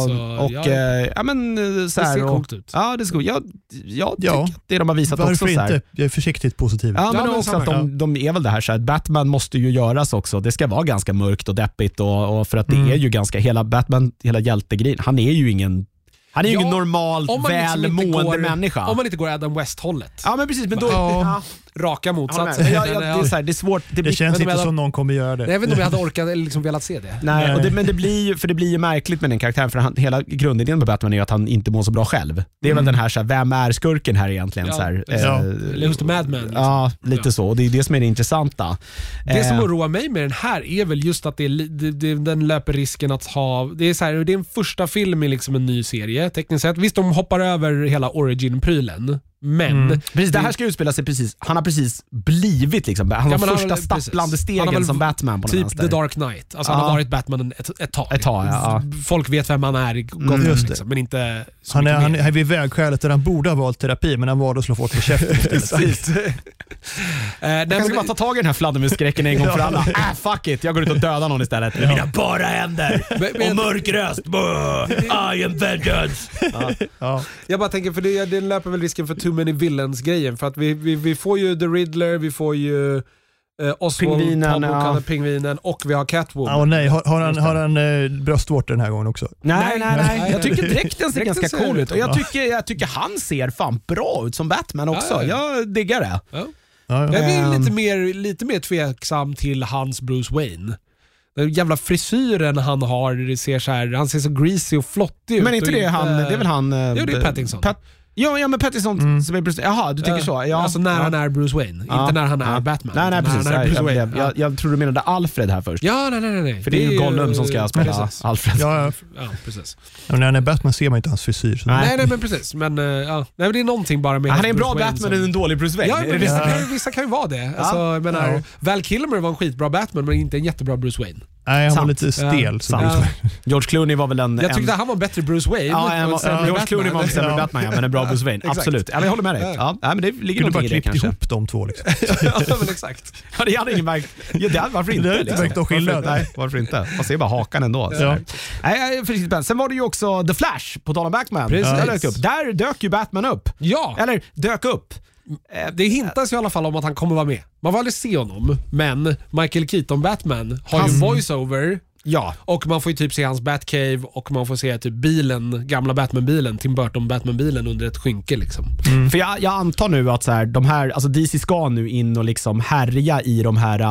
Det ser coolt ut. Ja, det ska jag tycker det de har visat varför också. Varför inte? Så jag är försiktigt positiv. Ja, men också att de är väl det här så här, Batman måste ju göras också. Det ska vara ganska mörkt och deppigt och för att det är ju ganska hela Batman, hela hjältegrejen. Han är ju ingen normalt välmående människa. Om man inte går Adam West-hållet. Ja, men precis. Men då... Raka motsatsen. Det är svårt. Det känns inte som någon kommer göra det. Jag vet inte om jag hade orkat eller liksom velat se det. Nej. Men det blir ju märkligt med den karaktären för hela grundidén med Batman är ju att han inte mår så bra själv. Det är väl den här så här, vem är skurken här egentligen? Ja, så här, eller just Madman. Liksom. Ja, lite så. Och det är det som är det intressanta. Det som oroar mig med den här är väl just att den löper risken att ha... Det är, så här, det är en första film i liksom en ny serie, tekniskt sett. Visst, de hoppar över hela origin-prylen. Men precis, det här ska utspela sig precis. Han har precis blivit liksom, han var första stapplande stegen som Batman på typ The Dark Knight. Alltså han har varit Batman ett tag. Folk vet vem han är i Gotham liksom, men inte så han är vid vägskälet där han borde ha valt terapi, men han valde att slå folk på käften istället. Jag ska bara ta tag i den här fladdermusskräcken en gång för alla. Fuck it, jag går ut och dödar någon istället. Med mina bara händer och mörk röst. I am vengeance. Jag bara tänker, för det löper väl risken för Too Many Villains-grejen, för att vi får ju The Riddler, vi får ju Oswald, Pingvinen och vi har Catwoman. Nej, har han bröstvårtor den här gången också? Nej. Jag tycker dräkten ser ganska cool ut och jag tycker han ser fan bra ut som Batman också. Jag diggar det. Jag är lite mer tveksam till hans Bruce Wayne. Den jävla frisyren han har ser så här, han ser så greasy och flottig ut. Men inte det han, det är väl han... Jo, det är Pattinson. Ja, men Pattinson som är Bruce... Jaha, du tänker så. Ja, alltså när han är Bruce Wayne, inte när han är Batman. Nej, precis. Jag tror du menade Alfred här först. Ja, nej. För det är ju Gollum som ska spela Alfred. Ja, precis. Och när han är Batman ser man inte hans frisyr. Nej, men precis. Men det är någonting bara med... Han är en bra Batman än en dålig Bruce Wayne. Ja, men vissa kan ju vara det. Alltså, jag menar, Val Kilmer var en skitbra Batman, men inte en jättebra Bruce Wayne. Nej, han var lite stel. George Clooney var väl jag tyckte han var bättre Bruce Wayne. George Clooney var en sämre Batman, men en bra Bruce Wayne. Absolut. Jag håller med dig. Men det ligger någonting i det kanske. Ihop de två liksom. Ja, men exakt. Det hade ingen märkt. Varför inte? Nej, varför inte? Man ser bara hakan ändå. Sen var det ju också The Flash på tal om Batman. Där dök ju Batman upp. Ja. Eller dök upp. Det hintas ju i alla fall om att han kommer vara med. Man var aldrig se honom, men Michael Keaton Batman har ju voiceover. Ja. Och man får ju typ se hans Batcave och man får se typ bilen, gamla Batman-bilen, Tim Burton Batman-bilen under ett skynke liksom. För jag antar nu att så här, de här, alltså DC ska nu in och liksom härja i de här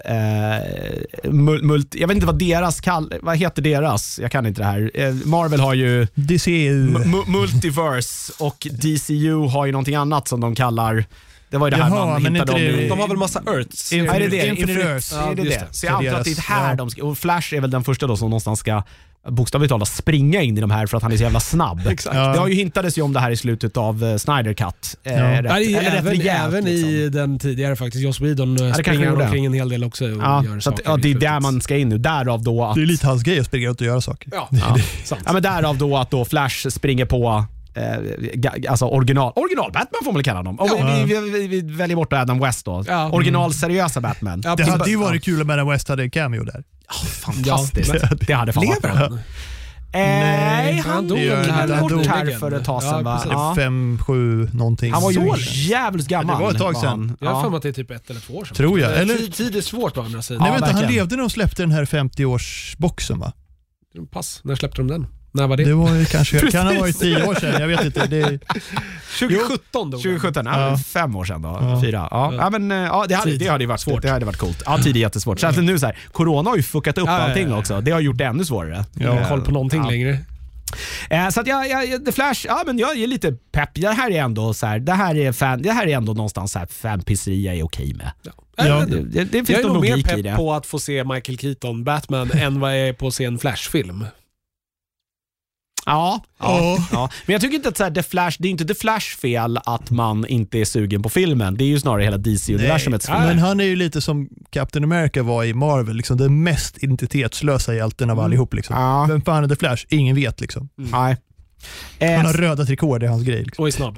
jag vet inte vad deras vad heter deras? Jag kan inte det här. Marvel har ju DCU Multiverse och DCU har ju någonting annat som de kallar. Det var ju det här man hittade de har väl massa Earths. Infinite Earths. Ja, det. Så jag antar att det är här de ska, och Flash är väl den första då som någonstans ska bokstavligt talat springa in i de här för att han är så jävla snabb. Exakt. Det har ju hintades ju om det här i slutet av Snyder Cut. Även i den tidigare faktiskt. Joss Whedon springer omkring en hel del också och gör så saker. att, det är där man ska in nu. Därav då att, det är lite hans grej att springa ut och göra saker. Ja, men därav då att då Flash springer på alltså original Batman får man väl kalla honom. Vi väljer bort Adam West då. Original seriösa Batman. Det hade ju varit kul om Adam West hade en cameo där. Fantastiskt. Det hade fan varit bra. Nej, han dog här för ett tag sedan, va? 5-7 någonting. Han var ju jävligt gammal. Det var ett tag sedan. Jag har för mig att det är typ 1 eller 2 år sedan. Tror jag. Eller? Tid är svårt på andra sidan. Nej, han levde när de släppte den här 50-årsboxen, va? Pass, när släppte de den? När var det? Det var ju kanske, kan ha varit 10 år sedan, jag vet inte. 2017 då? 2017, 5 år sedan då. 4. Det hade varit svårt. Det hade varit coolt. Ja, tid är jättesvårt. Så nu så här, corona har ju fuckat upp allting också. Det har gjort det ännu svårare. Jag har koll på någonting längre. Så att The Flash, men jag är lite pepp. Det här är ändå så här, det här är ändå någonstans så här fanpizzeria jag är okej med. Det finns jag är nog mer pepp pepp på att få se Michael Keaton Batman än vad jag är på att se en Flash-film. Ja. Men jag tycker inte att så här, det är inte The Flash fel att man inte är sugen på filmen. Det är ju snarare hela DC-universumets fel. Men han är ju lite som Captain America var i Marvel, liksom den mest identitetslösa hjälten av allihop. Liksom. Vem fan är The Flash? Ingen vet liksom. Nej. Han har röda trikåer, det är hans grej. Liksom. Och är snabb.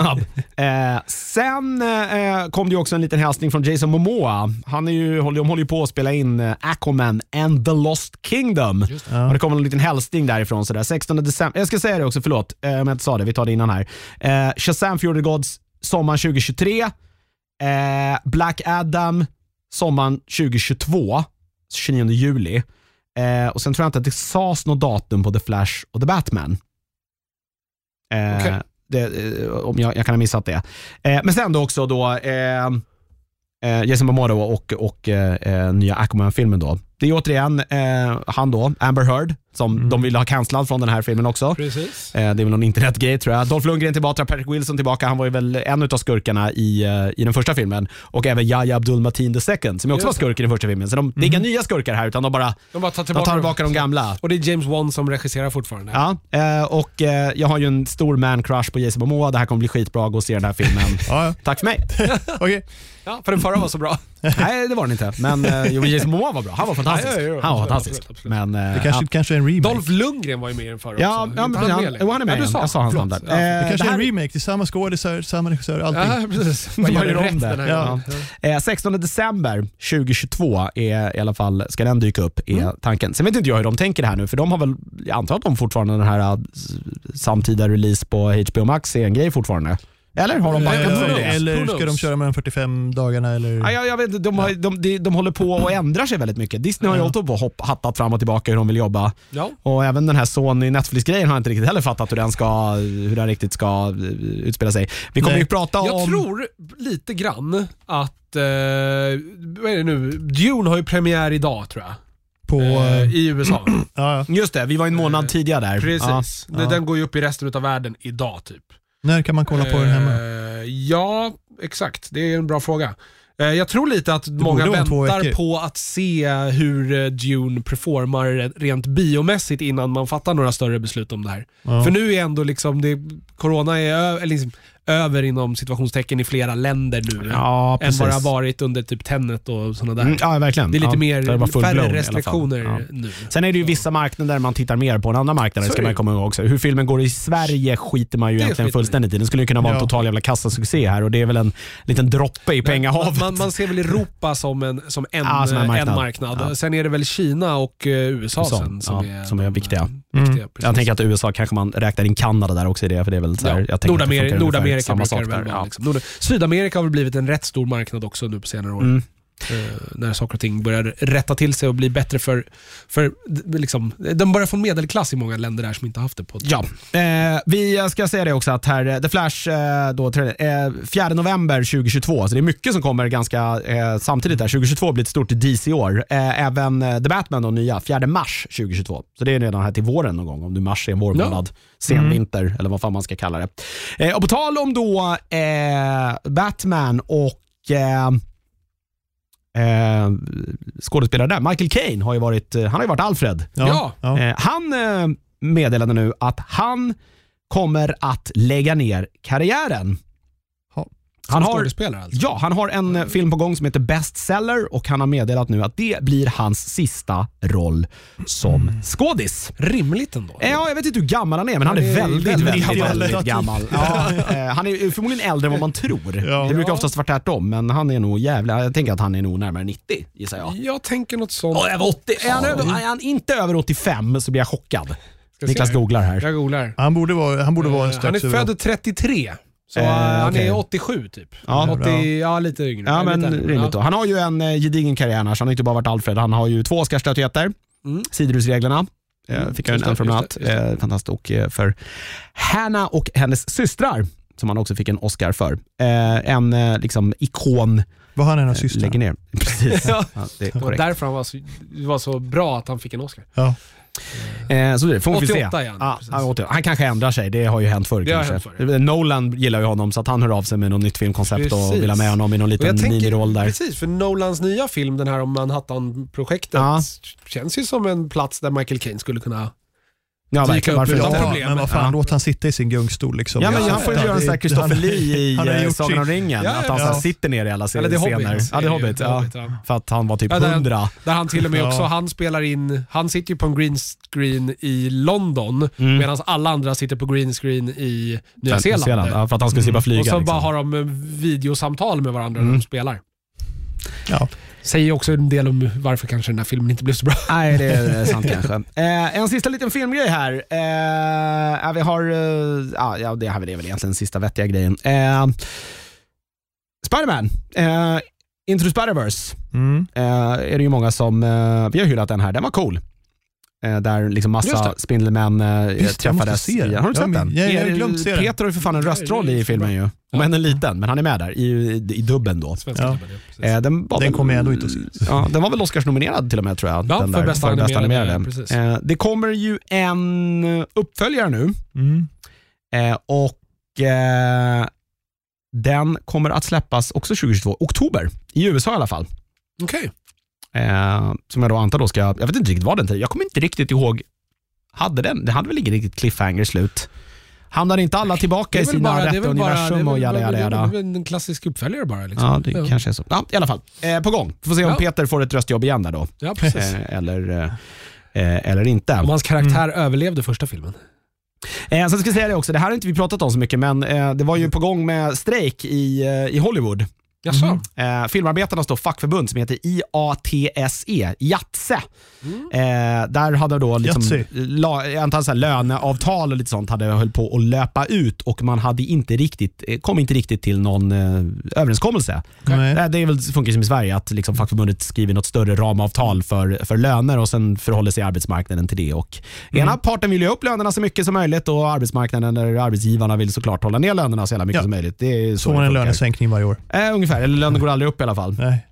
Sen kom det ju också en liten hälsning från Jason Momoa. De håller ju på att spela in Aquaman and the Lost Kingdom. Och det kommer en liten hälsning därifrån. Så där. 16 december. Jag ska säga det också, förlåt. Om jag inte sa det, vi tar det innan här. Shazam Fury of the Gods, sommaren 2023. Black Adam, sommaren 2022. 29 juli. Och sen tror jag inte att det sades något datum på The Flash och The Batman. Om jag kan ha missat det. Men sen då också då Jason Momoa och nya Aquaman-filmen då. Det är återigen han då, Amber Heard, som de ville ha cancellad från den här filmen också. Precis. Det är väl någon internetgrej tror jag. Dolph Lundgren tillbaka, Patrick Wilson tillbaka. Han var ju väl en av skurkarna i den första filmen. Och även Yahya Abdul-Mateen II som också var skurk i den första filmen. Så det är inga nya skurkar här, utan de tar tillbaka de gamla. Och det är James Wan som regisserar fortfarande. Ja, och jag har ju en stor man-crush på Jason Momoa. Det här kommer bli skitbra att gå och se den här filmen. Tack för mig. Okay. Ja, för den förra var så bra. Nej, det var den inte. Men Jason Momoa var bra. Han var fantastisk. Han var fantastisk. Absolut. Men, det kanske är en remake. Dolph Lundgren var ju med i den förra också. Han är med. Jag sa hans namn där. Det kanske är en remake till samma skådisar, samma regissör, allting. Ja, precis. Man gör rätt den här 16 december 2022 är i alla fall, ska den dyka upp, är tanken. Sen vet inte jag hur de tänker det här nu, för de har väl, jag antar att de fortfarande den här samtida release på HBO Max är en grej fortfarande. Eller har de backat från det? Eller ska de köra med de 45 dagarna? Eller? Jag vet inte, de håller på och ändrar sig väldigt mycket. Disney har ju hållit på och hattat fram och tillbaka hur de vill jobba. Ja. Och även den här Sony Netflix-grejen har jag inte riktigt heller fattat hur den riktigt ska utspela sig. Vi kommer ju prata om... Jag tror lite grann att vad är det nu? Dune har ju premiär idag, tror jag. I USA. Just det, vi var en månad tidigare där. Precis. Den går ju upp i resten av världen idag typ. När kan man kolla på den hemma? Ja, exakt. Det är en bra fråga. Jag tror lite att många väntar på att se hur Dune performar rent biomässigt innan man fattar några större beslut om det här. För nu är ändå liksom corona är över inom situationstecken i flera länder nu än vad det har varit under typ Tenet och sådana där. Ja, verkligen. Det är lite mer färre restriktioner nu. Sen är det ju vissa marknader där man tittar mer på, en annan marknad ska man komma ihåg också. Hur filmen går i Sverige skiter man ju egentligen fullständigt i. Den skulle ju kunna vara en total jävla kassasuccé här, och det är väl en liten droppe i pengahavet. Man ser väl Europa som en marknad. Sen är det väl Kina och USA sen som är viktiga. Jag tänker att USA kanske man räknar in Kanada där också i det, för det är väl så här, jag tänker Nordamerika samma sak där. Ja. Liksom. Sydamerika har väl blivit en rätt stor marknad också nu på senare år. När saker och ting börjar rätta till sig och bli bättre för liksom, de börjar få medelklass i många länder där som inte haft det på. Ja, vi ska säga det också att här The Flash 4 november 2022, så det är mycket som kommer ganska samtidigt där. 2022 blir ett stort DC-år. Även The Batman då, nya 4 mars 2022. Så det är redan här till våren någon gång, om du mars är en vårmånad, sen vinter eller vad fan man ska kalla det. Och på tal om då Batman och skådespelare där. Michael Caine har ju varit Alfred. Han meddelade nu att han kommer att lägga ner karriären. Han har en film på gång som heter Bestseller och han har meddelat nu att det blir hans sista roll som skådis. Rimligt ändå. Ja, jag vet inte hur gammal han är, men han är väldigt gammal. Han är förmodligen äldre än vad man tror. Ja. Det brukar oftast vara tvärtom, men han är nog jag tänker att han är nog närmare 90, gissar jag. Jag tänker något sånt. Över 80. Är han inte över 85 så blir jag chockad. Niklas googlar här. Jag googlar. Han borde vara han är född 33. Så han är 87 typ. Lite yngre. Ja, men rimligt då. Han har ju en gedigen karriär annars. Han har inte bara varit Alfred. Han har ju 2 Oscarsstatyetter. Sidorusreglerna. Fick jag en från natt. Fantastiskt. Och för Hannah och hennes systrar som han också fick en Oscar för. En liksom ikon. Var han hennes syster? Lägger ner. Precis. Det är korrekt. Därför han var så bra att han fick en Oscar. Ja. Så det får vi se. Han kanske ändrar sig, det har ju hänt förr. Nolan gillar ju honom så att han hör av sig med något nytt filmkoncept och vill ha med honom i någon liten miniroll där. Precis, för Nolans nya film, den här om Manhattan-projektet, känns ju som en plats där Michael Caine skulle kunna dyka upp utan problem. Men vad fan, låt han sitta i sin gungstol liksom. Ja, men han får ju göra en sån här Christopher Lee i Sagan om ringen. Att han sitter ner i alla scener. Det är Hobbit. För att han var typ 100. Där han till och med också, han spelar in, han sitter ju på en green screen i London medan alla andra sitter på green screen i Nya Zeeland. För att han ska slippa flyga. Och så bara har de videosamtal med varandra när de spelar. Ja. Säger också en del om varför kanske den här filmen inte blev så bra. Nej, det är sant kanske. En sista liten filmgrej här. Vi har... det här är väl egentligen den sista vettiga grejen. Spider-Man. Into the Spider-Verse. Är det ju många som... vi har hyllat den här. Den var cool. Där liksom massa Spindelmän träffades. Har du sett den? Jag har glömt se den. Peter har ju för fan en röstroll i filmen ju. Men en liten, men han är med där i dubben då. Den kommer jag ändå inte att se. Den var väl Oscars-nominerad till och med, tror jag. Ja, den för bästa animerade. Det kommer ju en uppföljare nu. Och den kommer att släppas också 2022, oktober, i USA i alla fall. Okej. Som jag då antar då ska... Jag vet inte riktigt vad den till. Jag kommer inte riktigt ihåg. Det hade väl ingen riktigt cliffhanger slut. Hamnar inte alla tillbaka i sina rätta universum och jada. Det är en klassisk uppföljare bara. Liksom. Ja, det kanske är så. Ja, i alla fall. På gång. Får se om Peter får ett röstjobb igen där då. Ja, precis. Eller inte. Om hans karaktär överlevde första filmen. Så ska jag säga det också. Det här har inte vi pratat om så mycket, men det var ju på gång med strejk i Hollywood. Filmarbetarnas då fackförbund som heter IATSE, JATSE. Där hade då liksom löneavtal och lite sånt höll på att löpa ut och man hade kom inte riktigt till någon överenskommelse. Det är väl funkar som i Sverige att liksom fackförbundet skriver något större ramavtal för löner och sen förhåller sig arbetsmarknaden till det och ena parten vill ju upp lönerna så mycket som möjligt och arbetsmarknaden eller arbetsgivarna vill såklart hålla ner lönerna så jävla mycket som möjligt. Det är så en lönesänkning varje år. Ungefär, eller lönen går aldrig upp i alla fall. Nej.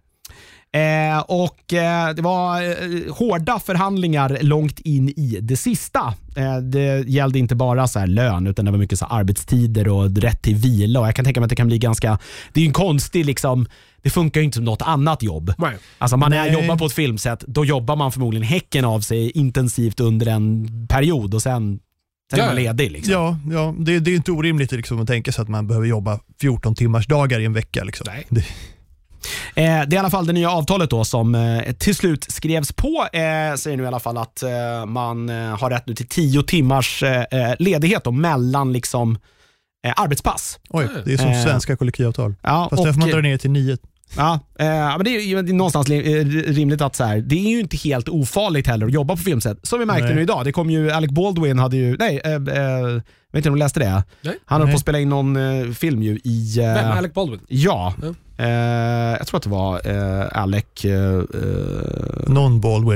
Det var hårda förhandlingar långt in i det sista. Det gällde inte bara så här lön utan det var mycket så här arbetstider och rätt till vila och jag kan tänka mig att det kan bli ganska, det är ju en konstig liksom, det funkar ju inte som något annat jobb. Nej. Alltså man jobbar på ett filmsätt, då jobbar man förmodligen häcken av sig intensivt under en period och sen är man ledig liksom. Ja, det är inte orimligt liksom att tänka sig att man behöver jobba 14 timmars dagar i en vecka liksom. Nej. Det är i alla fall det nya avtalet då som till slut skrevs på säger nu i alla fall att man har rätt nu till 10 timmars ledighet då, mellan liksom arbetspass. Oj, det är som svenska kollektivavtal. Fast där får man dra ner till 9. Men det är någonstans rimligt att så här, det är ju inte helt ofarligt heller att jobba på filmsätt. Som vi märkte nu idag, det kom ju Alec Baldwin hade ju vet inte om du läste det? Nej. Han höll på att spela in någon film ju i... Vem? Alec Baldwin? Ja. Jag tror att det var Alec... Non Baldwin.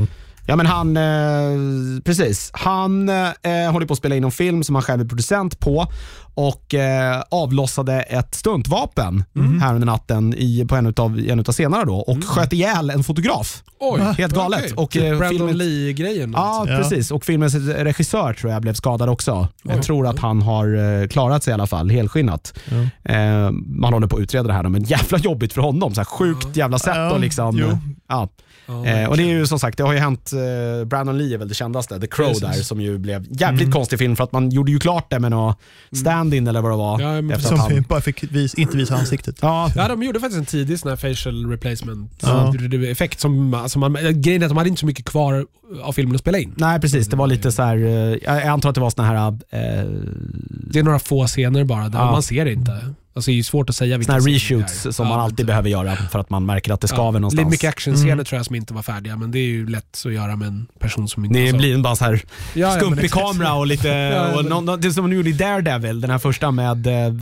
Ja, men han precis. Han håller på att spela in en film som han själv är producent på och avlossade ett stuntvapen här under natten på en utav scenerna då och sköt ihjäl en fotograf. Oj, helt galet. Okay. Och Brandon Lee-grejen. Ja, precis. Och filmens regissör tror jag blev skadad också. Jag tror att han har klarat sig i alla fall, helskinnat. Man håller på att utreda det här, men jävla jobbigt för honom. Så här sjukt jävla sätt och liksom... Ja. Och det är ju som sagt, det har ju hänt Brandon Lee är väl det kändaste, The Crow där, som ju blev jävligt konstig film för att man gjorde ju klart det med något stand-in eller vad det var. Ja, efter som bara fick inte visa ansiktet. Ja, de gjorde faktiskt en tidig sån här facial replacement effekt som alltså grejen är att de hade inte så mycket kvar av filmen att spela in. Nej, precis. Det var lite så här, jag antar att det var såna här det är några få scener bara där man ser det inte. Alltså det är ju svårt att säga vilka såna reshoots som man alltid behöver göra för att man märker att det skaver någonstans. Det är mycket actionscener tror jag som inte var färdiga, men det är ju lätt att göra med en person som inte... Det blir bara så här skumpig kamera och lite... det är som de gjorde i Daredevil, den här första med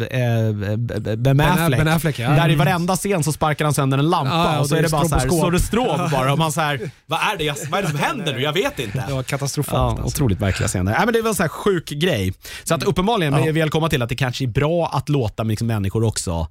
Ben Affleck. Där i varenda scen så sparkar han sönder en lampa och så är det bara så här, så det stråb bara och man så här, vad är det som händer nu? Jag vet inte. Det var katastrofalt. Ja, otroligt verkliga scener. Nej, men det var en så här sjuk grej. Så att uppenbarligen vill komma till att det kanske är bra att låta liksom människor också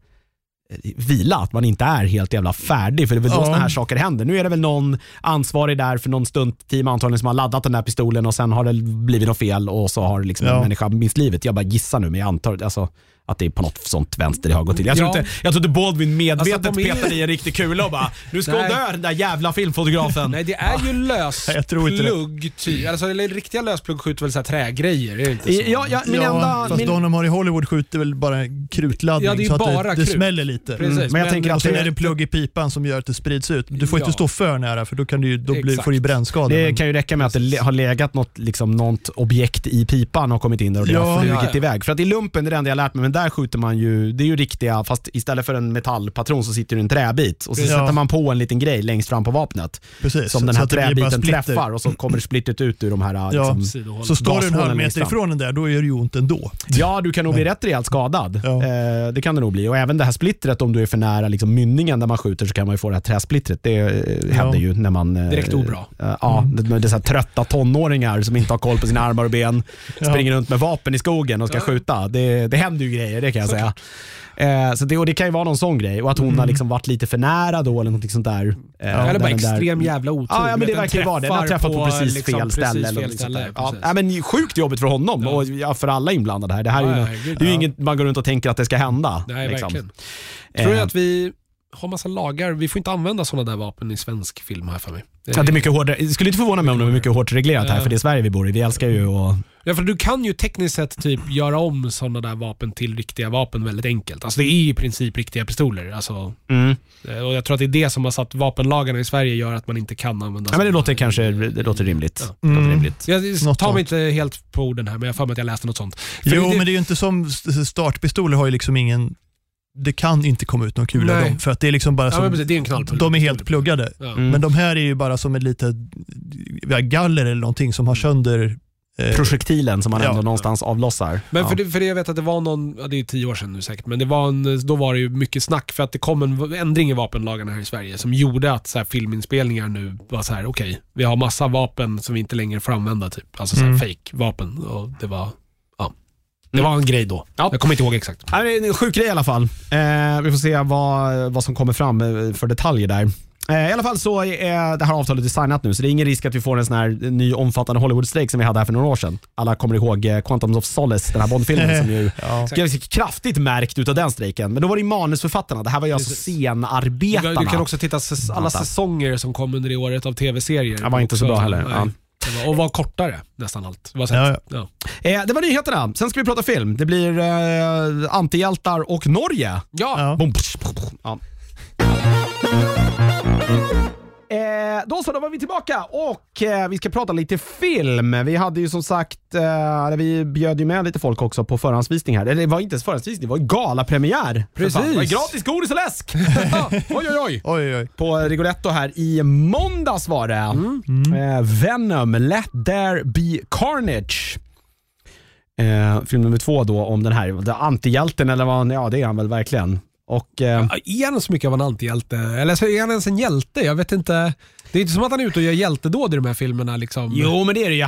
vila, att man inte är helt jävla färdig, för det är väl då såna här saker händer. Nu är det väl någon ansvarig där för någon stuntteam antagligen som har laddat den här pistolen och sen har det blivit något fel och så har liksom en människa mist livet. Jag bara gissar nu, men jag antar alltså att det är på något sånt vänster det har gått till. Jag tror inte Baldwin medvetet alltså, petade i en riktig kula och bara, nu ska hon dö, den där jävla filmfotografen. Nej, det är ju lösplugg. Alltså, eller riktiga lösplugg skjuter väl så här trägrejer, är det inte så? Fast de har i Hollywood skjuter väl bara krutladdning, det är så bara att det smäller lite. Precis, men jag tänker att det är en plugg i pipan som gör att det sprids ut. Du får inte stå för nära, för då kan får du brännskador. Det kan ju räcka med att det har legat något objekt i pipan och kommit in där och det har flugit iväg. För att i lumpen, det är det enda jag lärt mig, men där skjuter man ju, det är ju riktiga, fast istället för en metallpatron så sitter det en träbit och så sätter man på en liten grej längst fram på vapnet. Precis, som den här träbiten träffar och så kommer det splittet ut ur de här liksom, så står du en halv meter ifrån den där, då är det ju ont ändå. Ja, du kan nog bli rätt rejält skadad. Det kan det nog bli. Och även det här splittret, om du är för nära liksom mynningen där man skjuter, så kan man ju få det här träsplittret. Det händer ju när man... direkt obra. Det är så här trötta tonåringar som inte har koll på sina armar och ben, springer runt med vapen i skogen och ska skjuta. Det händer ju grejer, det kan jag säga. Så det kan ju vara någon sån grej, och att hon har liksom varit lite för nära då eller något sånt där. Eller bara extrem jävla otur. Ja, men det verkar ju vara det. Den har träffat på precis liksom fel ställe. Eller något sånt där. Ja, men sjukt jobbigt för honom och för alla inblandade här. Det här är ju inget man går runt och tänker att det ska hända. Nej, liksom. Verkligen. Tror jag att vi har massa lagar. Vi får inte använda sådana där vapen i svensk film här för mig. Det är mycket hårdare. Det skulle inte förvåna mig om det var mycket hårt reglerat här, för det är Sverige vi bor i. Vi älskar ju och... Ja, för du kan ju tekniskt sett typ göra om sådana där vapen till riktiga vapen väldigt enkelt. Alltså det är i princip riktiga pistoler. Alltså, och jag tror att det är det som har satt vapenlagarna i Sverige gör att man inte kan använda. Ja, men det låter rimligt. Ja. Det låter rimligt. Jag tar mig inte helt på orden här, men jag får mig att jag läste något sånt. Men det är ju inte som startpistoler har ju liksom ingen... Det kan inte komma ut någon kula av dem, för att det är liksom bara som, det är en knallpulver. De är helt pluggade. Men de här är ju bara som ett litet galler eller någonting som har sönder projektilen som man ändå någonstans avlossar. Men för det jag vet att det var någon, det är 10 år sedan nu säkert, men då var det ju mycket snack för att det kom en ändring i vapenlagarna här i Sverige som gjorde att så här, filminspelningar nu var så här, okej, vi har massa vapen som vi inte längre får använda typ, alltså så här fake vapen, och det var det var en grej då. Ja. Jag kommer inte ihåg exakt. Det är en sjuk grej i alla fall. Vi får se vad som kommer fram för detaljer där. I alla fall så är det här avtalet designat nu, så det är ingen risk att vi får en sån här ny omfattande Hollywood-strejk som vi hade här för några år sedan. Alla kommer ihåg Quantum of Solace, den här Bondfilmen som ju kraftigt märkt utav den strejken. Men då var det ju manusförfattarna. Det här var ju alltså scenarbetarna. Du kan också titta alla säsonger som kom under det året av tv-serier. Det var inte så bra heller. Ja. Och var kortare nästan allt. Det var nyheterna. Sen ska vi prata film. Det blir antihjältar och Norge. Ja. Då var vi tillbaka och vi ska prata lite film. Vi hade ju som sagt vi bjöd ju med lite folk också på förhandsvisning här. Eller det var inte ens förhandsvisning, det var ju galapremiär. Precis. Det var gratis godis och läsk. Oj. På Rigoletto här i måndags var det. Venom, Let There Be Carnage. Film nummer 2 då om den här antihjälten, eller vad, det är han väl verkligen. Och, är han så mycket av en antihjälte? Eller så är han ens en hjälte? Jag vet inte. Det är inte som att han är ute och gör hjältedåd i de här filmerna liksom. Jo, men det är det ju.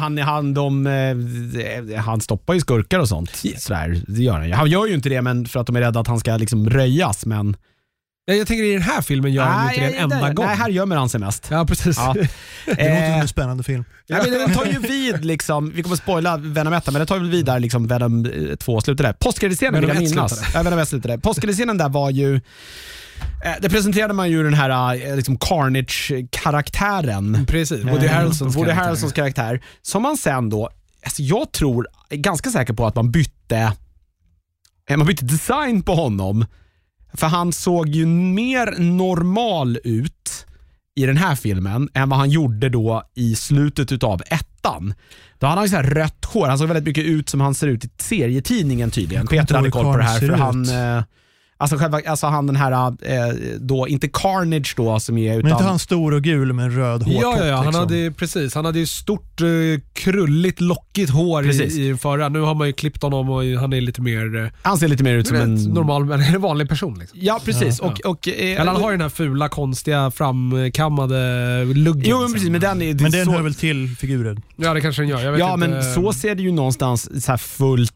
Han stoppar ju skurkar och sånt. Sådär, det gör han ju. Han gör ju inte det men för att de är rädda att han ska liksom röjas, men... Jag tänker i den här filmen gör han inte det en enda gång. Nej, här gömmer han sig mest. Ja, precis. Ja. Det låter som en spännande film. Ja, men det tar ju vid liksom, vi kommer spoila Venom 1, men det tar ju vid där liksom Venom 2 slutar där. Postkreditscenen vill jag minnas. Venom 1 slutar där. Postkreditscenen där var ju det presenterade man ju den här liksom Carnage-karaktären. Precis, Woody Harrelsons karaktär. Som man sen då, alltså jag tror, är ganska säker på att man bytte design på honom. För han såg ju mer normal ut i den här filmen än vad han gjorde då i slutet utav ettan. Då hade han så här rött hår. Han såg väldigt mycket ut som han ser ut i serietidningen tydligen. Peter hade koll på det här för han... Alltså han den här då inte Carnage då som är utan... Men inte han stor och gul med en röd hårtopp. Ja, han hade ju stort krulligt lockigt hår i förra. Nu har man ju klippt honom och han är lite mer... Han ser lite mer ut som en normal men en vanlig person liksom. Ja, precis. Ja. Men han har ju den här fula konstiga framkammade luggen. Jo, men precis, men den hör väl till figuren. Ja, det kanske den gör. Jag vet inte. Men så ser det ju någonstans så här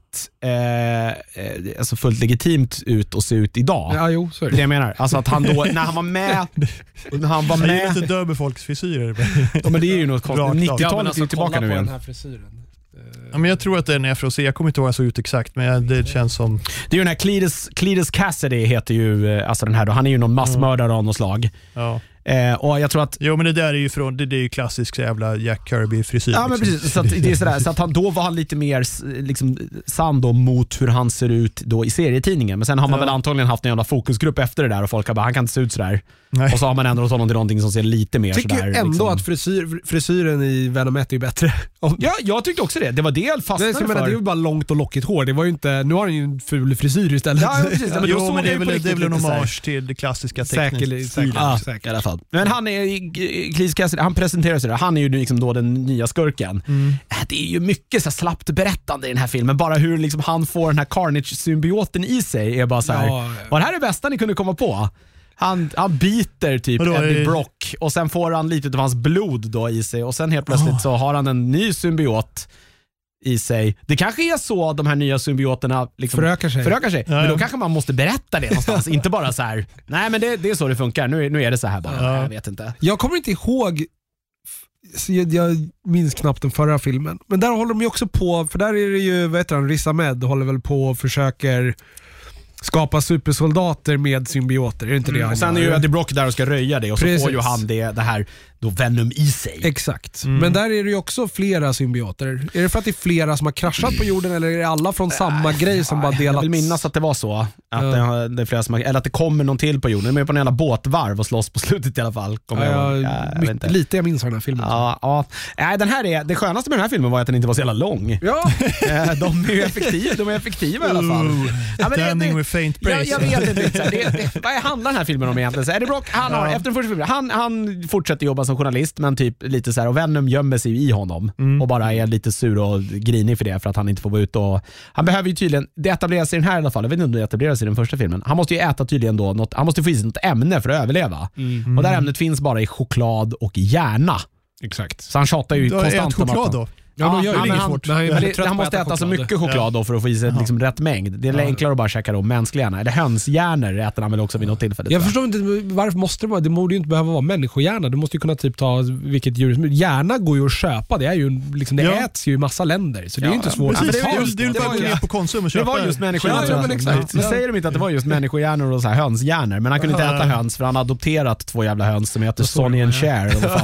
fullt legitimt ut och se ut idag. Ja, jo, så är det. Jag menar. Alltså att han då, när han var med... Han är inte död med folks frisyrer. Ja, men det är ju något konstigt. 90-talet är ju tillbaka nu igen. Den här frisyren. Ja, men jag tror att den är för att se. Jag kommer inte ihåg hur han såg ut exakt, men det känns som... Det är ju den här Cletus Cassidy heter ju, alltså den här då. Han är ju någon massmördare av något slag. Ja. Och jag tror att... Jo, men det där är ju från, det är ju klassisk så jävla Jack Kirby-frisyr. Ja, men precis. Så att det är sådär, så att då var han lite mer liksom sann då mot hur han ser ut då i serietidningen. Men sen har man väl antagligen haft en jävla fokusgrupp efter det där och folk har bara, han kan inte se ut sådär. Nej. Och så har man ändrat honom till någonting som ser lite mer tycker sådär. Tycker ändå liksom. Att frisyren i Venom 1 är bättre. Ja, jag tyckte också det. Det var det jag fastnade för. Det är ju bara långt och lockigt hår. Det var ju inte, nu har han ju en ful frisyr istället. Ja, precis. Men jo, men det är väl en hommage till det klassiska teckningsstilen. Säkert i alla fall. Men han är han presenterar sig där. Han är ju liksom då den nya skurken. Det är ju mycket så slappt berättande i den här filmen. Bara hur liksom han får den här Carnage-symbioten i sig är bara så här. Var det här det bästa ni kunde komma på? Han biter typ Eddie Brock och sen får han lite av hans blod då i sig och sen helt plötsligt så har han en ny symbiot i sig. Det kanske är så att de här nya symbioterna liksom förökar sig. Ja. Men då kanske man måste berätta det någonstans. Inte bara så här, nej men det är så det funkar. Nu är det så här bara. Ja. Jag vet inte. Jag kommer inte ihåg, jag minns knappt den förra filmen. Men där håller de ju också på, för där är det ju, vad heter han, Riz Ahmed håller väl på och försöker skapa supersoldater med symbioter. Är det inte det han sen är ju Eddie Brock där och ska röja det och så får ju han det här då Venom i sig. Exakt. Men där är det ju också flera symbioter. Är det för att det är flera som har kraschat på jorden eller är det alla från samma grej som bara delats? Jag vill minnas att det var så. Att det är flera som eller att det kommer någon till på jorden. De är på en jävla båtvarv och slåss på slutet i alla fall. Lite jag minns av den här filmen. Den här är, det skönaste med den här filmen var att den inte var så jävla lång. Ja. De är effektiva i alla fall. Standing with faint praise. Jag vet inte. Vad handlar den här filmen om egentligen? Så Eddie Brock, efter den första filmen, han fortsätter jobba som journalist men typ lite så här, och Venom gömmer sig i honom och bara är lite sur och grinig för det för att han inte får vara ute och han behöver ju tydligen, det etableras i den här i alla fall, jag vet inte om det etableras i den första filmen, han måste ju äta tydligen då något, han måste få i sig något ämne för att överleva och det här ämnet finns bara i choklad och hjärna. Exakt. Så han tjatar ju konstant choklad då. Han måste äta så mycket choklad då för att få i sig liksom rätt mängd. Det är enklare att bara käka då mänsklighjärna. Eller hönshjärnor äter han väl också vid något tillfälle. Jag förstår inte, varför måste det borde ju inte behöva vara människohjärna. Du måste ju kunna typ ta vilket djur som helst. Hjärna går ju att köpa. Det är ju liksom, det äts ju i massa länder. Så det är ju inte svårt. Det är bara att gå på Konsum och köpa. Det var just människohjärnor. Men säger de inte att det var just människohjärnor och så här hönshjärnor. Men han kunde inte äta höns för han har adopterat 2 jävla höns som heter Sonny and Cher.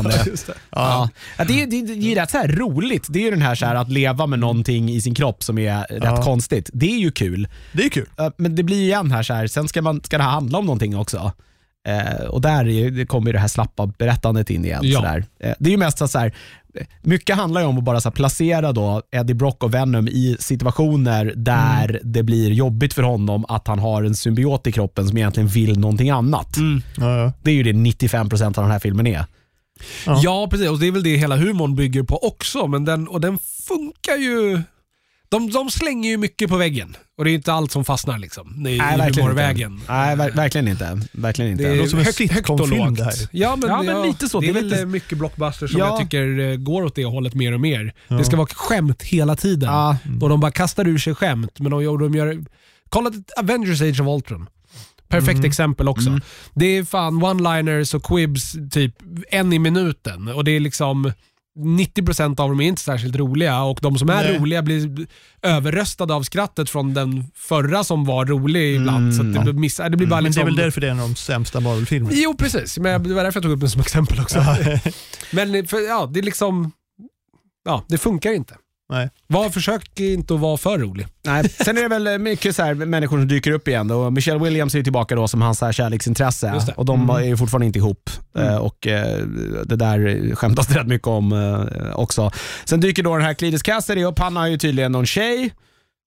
Det är rätt så här roligt. Det är ju den här så här att leva med någonting i sin kropp som är rätt konstigt. Det är ju kul. Det är kul. Men det blir ju igen här så här. Sen ska det här handla om någonting också. Och det kommer ju det här slappa berättandet in igen. Så där. Det är ju mest så här. Mycket handlar ju om att bara så här, placera då Eddie Brock och Venom i situationer där det blir jobbigt för honom att han har en symbiot i kroppen som egentligen vill någonting annat. Det är ju det 95% av den här filmen är. Ja, precis. Och det är väl det hela humorn bygger på också. Men den funkar ju De slänger ju mycket på väggen. Och det är inte allt som fastnar liksom. Nej, verkligen humorvägen. Nej, verkligen inte. Verkligen inte. Det är som en sitcom-film det här. Ja, men lite så. Det är väl mycket blockbusters som jag tycker går åt det hållet mer och mer. Det ska vara skämt hela tiden. Och de bara kastar ur sig skämt. Men de gör... Kolla Avengers Age of Ultron. Perfekt exempel också. Det är fan one-liners och quibs typ 1 i minuten. Och det är liksom 90% av dem är inte särskilt roliga. Och de som är roliga blir överröstade av skrattet från den förra som var rolig ibland. Så att det blir bara liksom... Men det är väl därför det är en av de sämsta Marvel-filmerna. Jo, precis. Men det var därför jag tog upp den som exempel också. Men det är liksom... Ja, det funkar inte. Nej. Försök inte att vara för rolig. Nej. Sen är det väl mycket så här människor som dyker upp igen. Och Michelle Williams är tillbaka då som hans så här kärleksintresse. Och de är ju fortfarande inte ihop. Och det där skämtas det rätt mycket om också. Sen dyker då den här Cletus Cassidy upp. Han har ju tydligen någon tjej.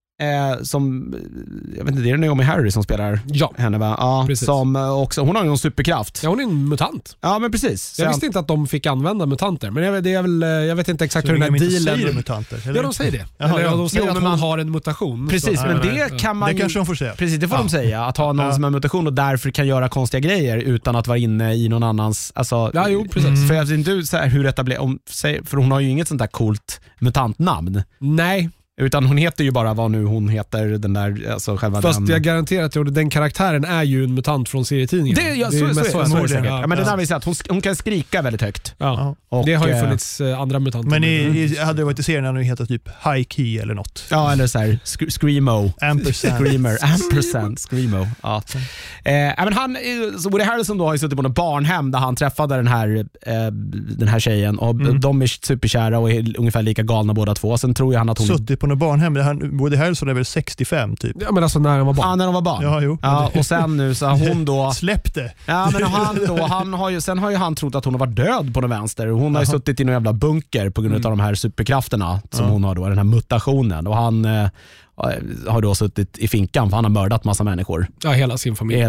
Som jag vet inte, det är Naomi Harris som spelar henne, va? Ja, som också, hon har ju någon superkraft. Ja, hon är en mutant. Ja, men precis. Jag visste inte att de fick använda mutanter, men jag vet inte exakt hur den här dealen... Säger mutanter, eller? Ja, de säger det. De säger att hon har en mutation. Precis, men det kan man det kanske de får säga. Precis, det får de säga. Att ha någon som har en mutation och därför kan göra konstiga grejer utan att vara inne i någon annans... Alltså, precis. För jag vet inte så här, hur detta blir... För hon har ju inget sånt där coolt mutantnamn. Nej. Utan hon heter ju bara vad nu hon heter, den där, alltså själva. Fast jag garanterar att den karaktären är ju en mutant från serietidningen. Så är det säkert. Ja, men det där vill säga att hon kan skrika väldigt högt. Ja. Och det har ju funnits andra mutanter. Men hade det varit i serien hade det hetat typ High Key eller något. Ja, eller så här Screamo. Ampersand. Screamo. Ja. Men så Woody Harrelson då har ju suttit på något barnhem där han träffade den här tjejen och de är superkära och är ungefär lika galna båda två. Sen tror jag han att hon suttit på något barnhem. Woody Harrelson är väl 65 typ. Ja, men alltså när han var barn. Ja, när de var barn. Ja, jo. Ja, och sen nu så har hon då släppte. Ja, men sen har ju han trott att hon har varit död på den vänster. Hon har ju suttit i någon jävla bunker på grund av de här superkrafterna som hon har då, den här mutationen. Och han har då suttit i finkan för han har mördat massa människor. Ja, hela sin familj.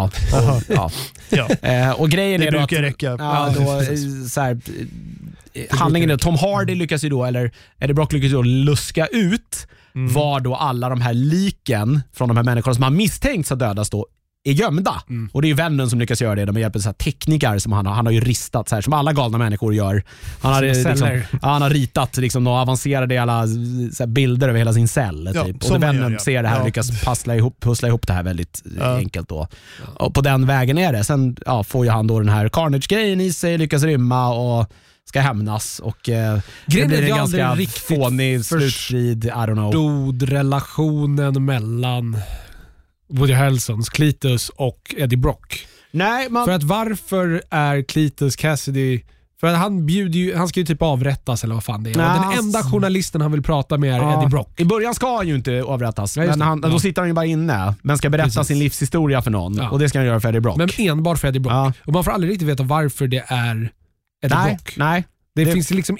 Och grejen är då att räcka. Så här, handlingen är Tom Hardy lyckas ju då, eller Eddie Brock lyckas ju då luska ut var då alla de här liken från de här människorna som han misstänks ha dödas då är gömda. Och det är ju vännen som lyckas göra det. De hjälper så här tekniker som han har ju ristat så här, som alla galna människor gör. Han har ritat liksom några avancerade alla så här, bilder över hela sin cell typ. Och vännen ser det här och lyckas pussla ihop det här väldigt enkelt då. Och på den vägen är det. Sen får ju han då den här Carnage-grejen i sig, lyckas rymma och ska hämnas och det blir en ganska fånig slutstrid, I don't know. Relationen mellan Woody Harrelsons Cletus och Eddie Brock. Nej, för att varför är Cletus Cassidy, för att han ska ju typ avrättas eller vad fan det är. Den enda journalisten han vill prata med är Eddie Brock. I början ska han ju inte avrättas, men då sitter han ju bara inne, men ska berätta sin livshistoria för någon och det ska han göra för Eddie Brock. Men enbart för Eddie Brock. Och man får aldrig riktigt veta varför det är Eddie Brock. Nej. Det finns liksom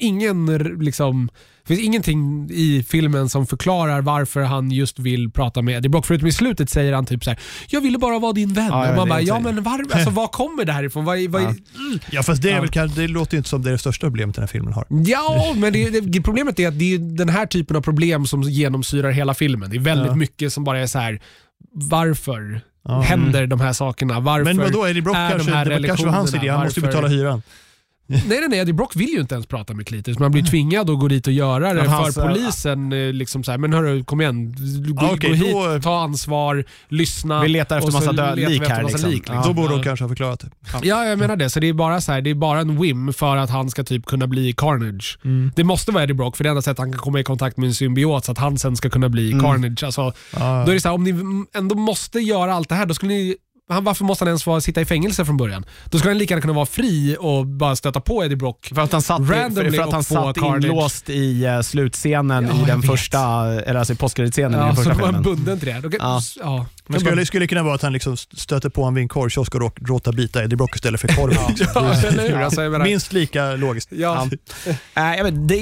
det finns ingenting i filmen som förklarar varför han just vill prata med Eddie Brock. Förutom i slutet säger han typ så här: jag ville bara vara din vän. Och man bara, men var kommer det här ifrån? Ja, fast det är väl, det låter ju inte som det största problemet den här filmen har. Ja, men problemet är att det är den här typen av problem som genomsyrar hela filmen. Det är väldigt mycket som bara är så här: varför händer de här sakerna? Varför? Men vadå, Eddie Brock kanske var hans idé, han måste ju betala hyran. Nej, Eddie Brock vill ju inte ens prata med Cletus. Man blir tvingad att gå dit och göra det för polisen liksom så här, men hörru, kom igen, gå hit, ta ansvar, lyssna. Vi letar efter massa lik här liksom. Då borde de kanske ha förklarat det. Ja, jag menar det. Så det är bara så här, det är bara en whim för att han ska typ kunna bli Carnage. Det måste vara Eddie Brock, för det enda sättet han kan komma i kontakt med en symbiot så att han sen ska kunna bli Carnage. Alltså, då är det så här, om ni ändå måste göra allt det här, då skulle ni... Varför måste han ens få sitta i fängelse från början? Då skulle han lika gärna kunna vara fri och bara stöta på Eddie Brock. För att han satt inlåst i slutscenen i den första, eller alltså i postkreditscenen i den första filmen. Så var han bunden till det. Men skulle kunna vara att han liksom stöter på en vid en korvkiosk och råta bita Eddie Brock istället för korv. Minst lika logiskt. Det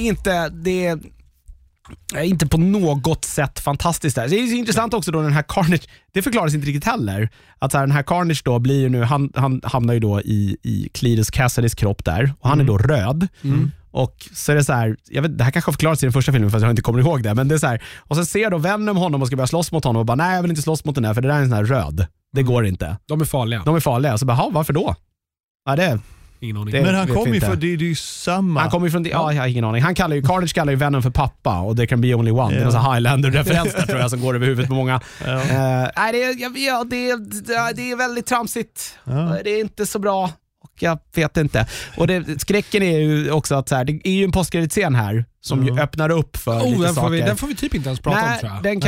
är inte på något sätt fantastiskt där. Det är intressant också då den här Carnage, det förklaras inte riktigt heller. Att så här, den här Carnage då blir ju nu, han hamnar ju då i Cletus Cassidys kropp där och han är då röd. Och så är det så här, jag vet, det här kanske har förklarats i den första filmen fast jag inte kommer ihåg det, men det är så här, och sen ser då Venom honom och ska börja slåss mot honom och bara, nej jag vill inte slåss mot den här för det där är en sån här röd. Det går inte. De är farliga. Så bara, varför då? Ja, det ingen aning. Men han kommer ju från, det är ju samma. Han kommer ju från, ja, jag har ingen aning. Carnage kallar ju Venom för pappa och det can be only one. Det är en sån Highlander-referens där tror jag som går över huvudet på många. Nej, det är väldigt tramsigt. Det är inte så bra. Jag vet inte. Och skräcken är ju också att så här, det är ju en postkreditscen här som ju öppnar upp för lite saker. Den får vi typ inte ens prata om, tror jag. Den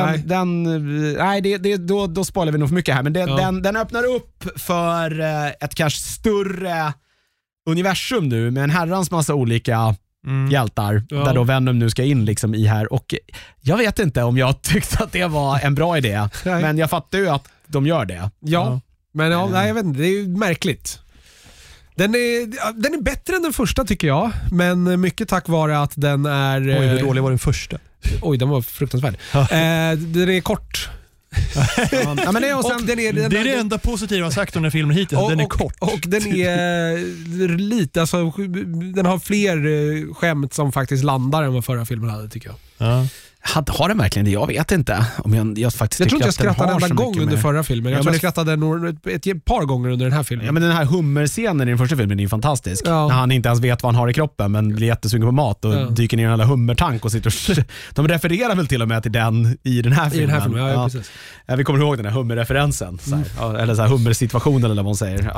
kan vi, då spoilar vi nog för mycket här. Men den öppnar upp för ett kanske större universum nu med en herrans massa olika hjältar där då Venom nu ska in liksom i här. Och jag vet inte om jag tyckte att det var en bra idé. Men jag fattar ju att de gör det. Men jag vet inte, det är ju märkligt. Den är bättre än den första tycker jag, men mycket tack vare att den är... Oj, hur dålig var den första? Oj, den var fruktansvärd. Den är kort. Men det är det enda positiva jag sagt om den här filmen hittills. Den är kort. Och den är lite, alltså, den har fler skämt som faktiskt landar än vad förra filmen hade, tycker jag. Ja. Har den verkligen det? Jag vet inte. Jag tror inte jag skrattade en enda gång under förra filmen. Jag tror jag skrattade ett par gånger under den här filmen. Ja, men den här hummerscenen i den första filmen är ju fantastisk. När han inte ens vet vad han har i kroppen men blir jättesugen på mat och dyker ner i en alla hummertank och sitter och de refererar väl till och med till den i den här filmen. Precis. Vi kommer ihåg den här hummerreferensen. Eller så här hummersituationen eller vad man säger.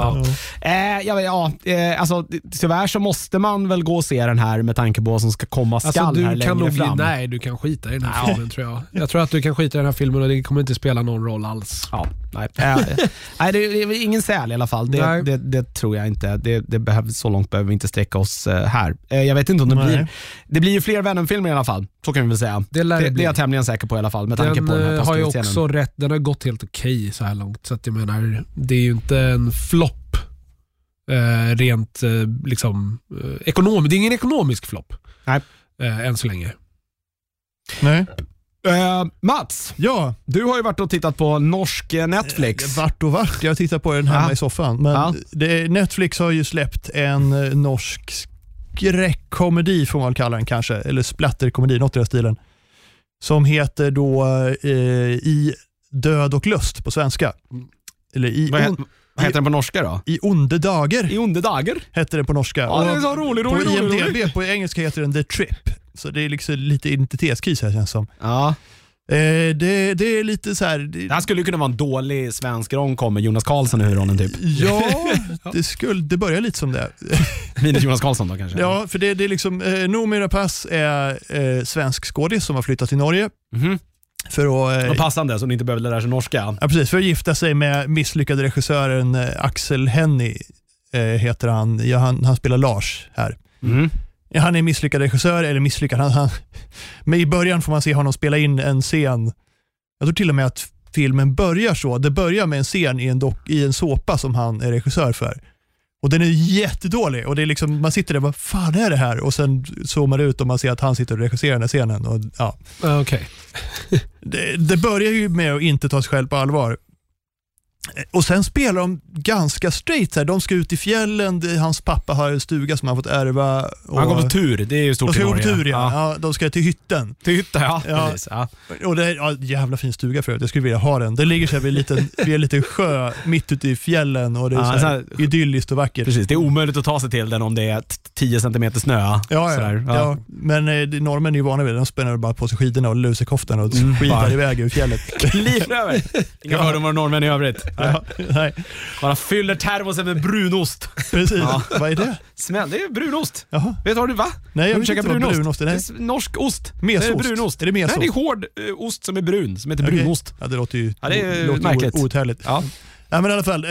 Alltså, tyvärr så måste man väl gå och se den här med tanke på vad som ska komma skall här längre fram. Nej, du kan skita i den här filmen, tror jag. Jag tror att du kan skita i den här filmen och det kommer inte spela någon roll alls. Nej, det är ingen säl i alla fall. Det tror jag inte. Det behövs, så långt behöver vi inte sträcka oss här. Jag vet inte om det blir ju fler Venom-filmer i alla fall. Så kan vi väl säga. Det är jag tämligen säker på i alla fall med tanke på den här har ju också rätt. Den har gått helt okej så här långt. Så att jag menar, det är ju inte en flopp rent liksom ekonomiskt. Det är ingen ekonomisk flopp. Nej. Än så länge. Nej. Mats, ja. Du har ju varit och tittat på norsk Netflix. Vart. Jag tittar på den hemma i soffan. Men Netflix har ju släppt en norsk skräckkomedi, får man kalla den kanske. Eller splatterkomedi, något i den stilen. Som heter då I död och lust på svenska. Eller vad heter den på norska då? I onde dagar. I onde dagar? Heter den på norska. Ja, det är så roligt. På IMDb, på engelska heter den The Trip. Så det är liksom lite identitetskris här, känns som. Ja. Det är lite så här. Det här skulle ju kunna vara en dålig svensk romcom med Jonas Karlsson i huvudrollen typ. Ja, det börjar lite som det. Minus Jonas Karlsson då kanske. Ja, för det är liksom Noomi Rapace är svensk skådis som har flyttat till Norge. För att, och passande så hon inte behöver lära sig norska. Ja, precis, för att gifta sig med misslyckade regissören Axel Henny heter han. Ja, han spelar Lars här. Han är misslyckad regissör, eller misslyckad. Men i början får man se honom spela in en scen. Jag tror till och med att filmen börjar så. Det börjar med en scen i en såpa som han är regissör för. Och den är jättedålig. Och det är liksom, man sitter där och bara, fan är det här? Och sen zoomar det ut och man ser att han sitter och regisserar den här scenen. Och, ja. Okej. Det börjar ju med att inte ta sig själv på allvar. Och sen spelar de ganska straight här. De ska ut i fjällen. Hans pappa har en stuga som han fått ärva. Och han går på tur, det är ju stort i Norge. De ska gå på tur, ja. De ska till hytten. Till hytten, ja. Precis, ja. Och det är jävla fin stuga för att jag skulle vilja ha den. Den ligger så här vid en liten sjö mitt ute i fjällen och det är så här idylliskt och vackert. Precis, det är omöjligt att ta sig till den om det är 10 cm snö. Ja. Men norrmän är ju vana vid det. De spänner bara på sig skidorna och lusekoftan och skidar iväg ur fjället. Kliver över. Inga hör om vad norrmän i övrigt. Nej. Bara fyller termosen med brunost. Precis, vad är det? Smäll, det är brunost. Jaha. Vet du va? Nej, jag vet inte vad brunost är. Det är norsk ost. Mesost. Det är brunost. Är det mesost? Nej, det är hård ost som är brun, som heter brunost. Ja, det låter ju det är märkligt. Outhärligt. Ja, men i alla fall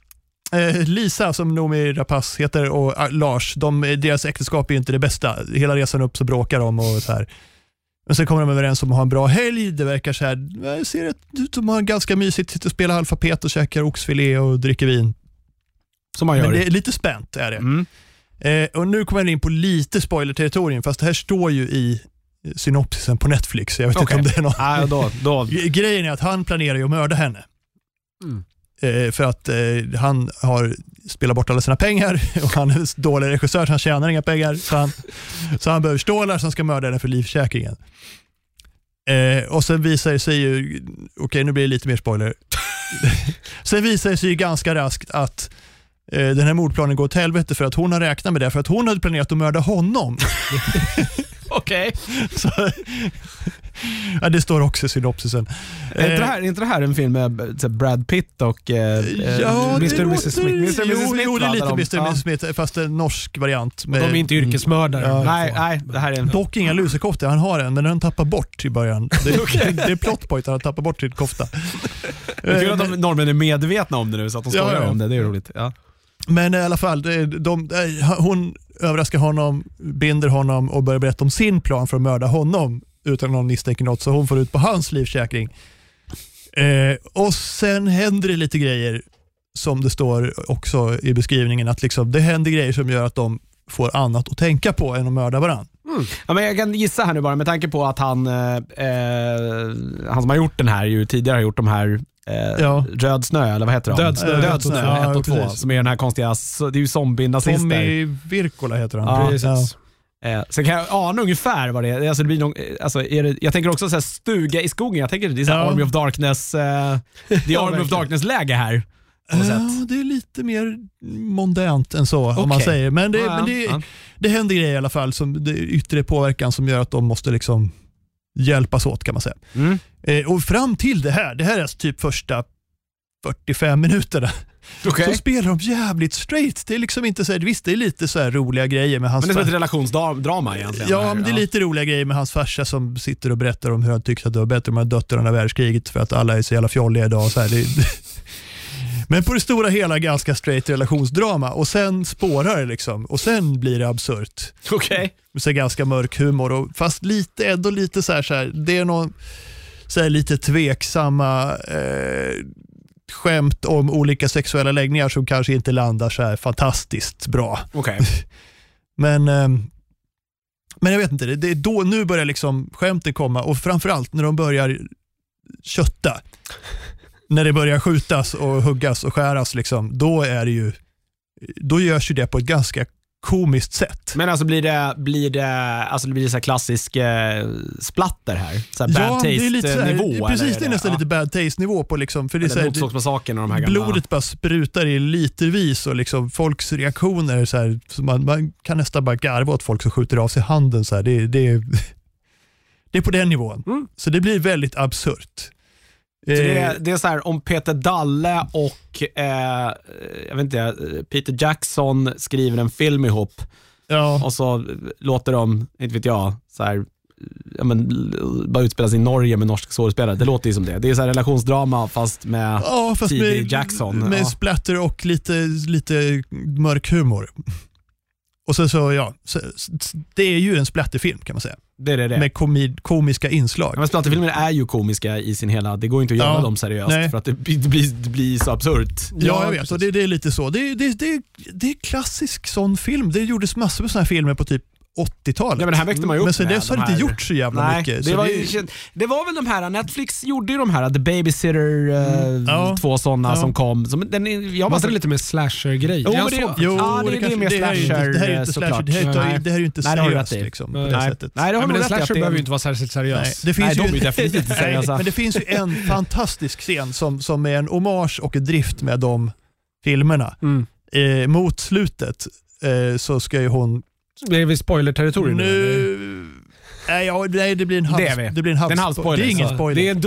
Lisa, som Noomi Rapace heter, och Lars, deras äktenskap är inte det bästa. Hela resan upp så bråkar de och så här. Men sen kommer de överens om att ha en bra helg. Det verkar så här, jag ser ut som har ganska mysigt, sitter och spelar alfabet och käkar oxfilé och dricker vin. Som man gör. Men det är lite spänt är det. Och nu kommer jag in på lite spoiler-territorium, fast det här står ju i synopsisen på Netflix. Jag vet inte om det är något. Grejen är att han planerar ju att mörda henne. För att han har spelar bort alla sina pengar och han är en dålig regissör så han tjänar inga pengar så han behöver stålar som ska mörda henne för livförsäkringen. Och sen visar det sig ju, okej, nu blir det lite mer spoiler. Sen visar det sig ju ganska raskt att den här mordplanen går åt helvete för att hon har räknat med det, för att hon hade planerat att mörda honom. Okej. Ja, det står också i synopsisen. Är inte det här en film med Brad Pitt och Mr. och Mrs. Smith? Jo, det är lite Mr. och Mrs. Smith, fast en norsk variant. De är inte yrkesmördare. Nej, det här är en... Dock inga lusekoftor, han har en, men den tappar bort i början. Det är plotpoint, han tappar bort sin kofta. Det är kul att de norrmän är medvetna om det nu, så att de skojar om det är roligt. Ja. Men i alla fall, hon överraskar honom, binder honom och börjar berätta om sin plan för att mörda honom utan någon misstänker något, så hon får ut på hans livförsäkring. Och sen händer det lite grejer som det står också i beskrivningen, att liksom, det händer grejer som gör att de får annat att tänka på än att mörda varandra. Ja, men jag kan gissa här nu bara med tanke på att han som har gjort den här ju tidigare har gjort de här Röd snö, eller vad heter det? Dödsnö 1 och 2, som är den här konstiga, det är ju zombie-nazister. Tommy Wirkola heter han. Ja, precis. Så kan jag ana ungefär vad det är. Alltså, det blir jag tänker också så här, stuga i skogen. Jag tänker det är så Army of Darkness Army of Darkness-läge här. Det är lite mer mondänt än så, om man säger. Men det händer grejer i alla fall, som det yttre påverkan som gör att de måste liksom hjälpas åt, kan man säga. Och fram till det här är alltså typ första 45 minuterna. Så spelar de jävligt straight. Det är liksom inte så här, visst det är lite så här roliga grejer med hans. Men det är som ett relationsdrama egentligen. Ja, men det är lite roliga grejer med hans farsa som sitter och berättar om hur han tycker att det var bättre med dött under världskriget för att alla är så jävla fjolliga idag så här. Men på det stora hela ganska straight relationsdrama, och sen spårar det liksom, och sen blir det absurt. Så ganska mörk humor, och fast ändå lite så här, det är någon så här lite tveksamma skämt om olika sexuella läggningar som kanske inte landar så här fantastiskt bra. Men jag vet inte, det är då nu börjar liksom skämten komma, och framförallt när de börjar kötta. När det börjar skjutas och huggas och skäras liksom, då görs ju det på ett ganska komiskt sätt. Men alltså blir det så här klassisk splatter här? Så här bad taste-nivå? Precis, det är nästan lite bad taste-nivå på liksom, för det är Motorsågsmassakern och de här gamla. Blodet bara sprutar i litervis, och liksom folks reaktioner så här, så man kan nästan bara garva åt folk som skjuter av sig handen så här. Det är på den nivån. Så det blir väldigt absurt. Så det är så här, om Peter Dalle och jag vet inte, Peter Jackson skriver en film ihop, och så låter de, inte vet jag, så här, bara utspelas i Norge med norska skådespelare. Det låter ju som det. Det är så här relationsdrama fast med tidig Jackson. Med splatter och lite mörk humor. Och så det är ju en splatterfilm, kan man säga. Det. Med komiska inslag. Ja, men splatterfilmer är ju komiska i sin hela. Det går inte att göra dem seriöst, för att det blir så absurt. Ja, jag vet. Och det är lite så. Det är klassisk sån film. Det gjordes massor med såna här filmer på typ 80-talet. Ja, men det här väckte man ju upp. Men sen dess har det inte gjort så jävla mycket. Det var väl de här, Netflix gjorde ju de här The Babysitter, 2 sådana som kom. Jag var lite mer slasher-grej. Det är mer slasher. Det här är inte slasher. Det här är ju inte seriöst liksom, på det sättet. Nej, men en slasher behöver ju inte vara särskilt seriös. De är definitivt inte seriösa. Men det finns ju en fantastisk scen som är en hommage och en drift med de filmerna. Mot slutet så ska ju hon... Är vi spoiler-territorium nu? Nej, det blir en halvspoiler. Det är ingen spoiler. Det är en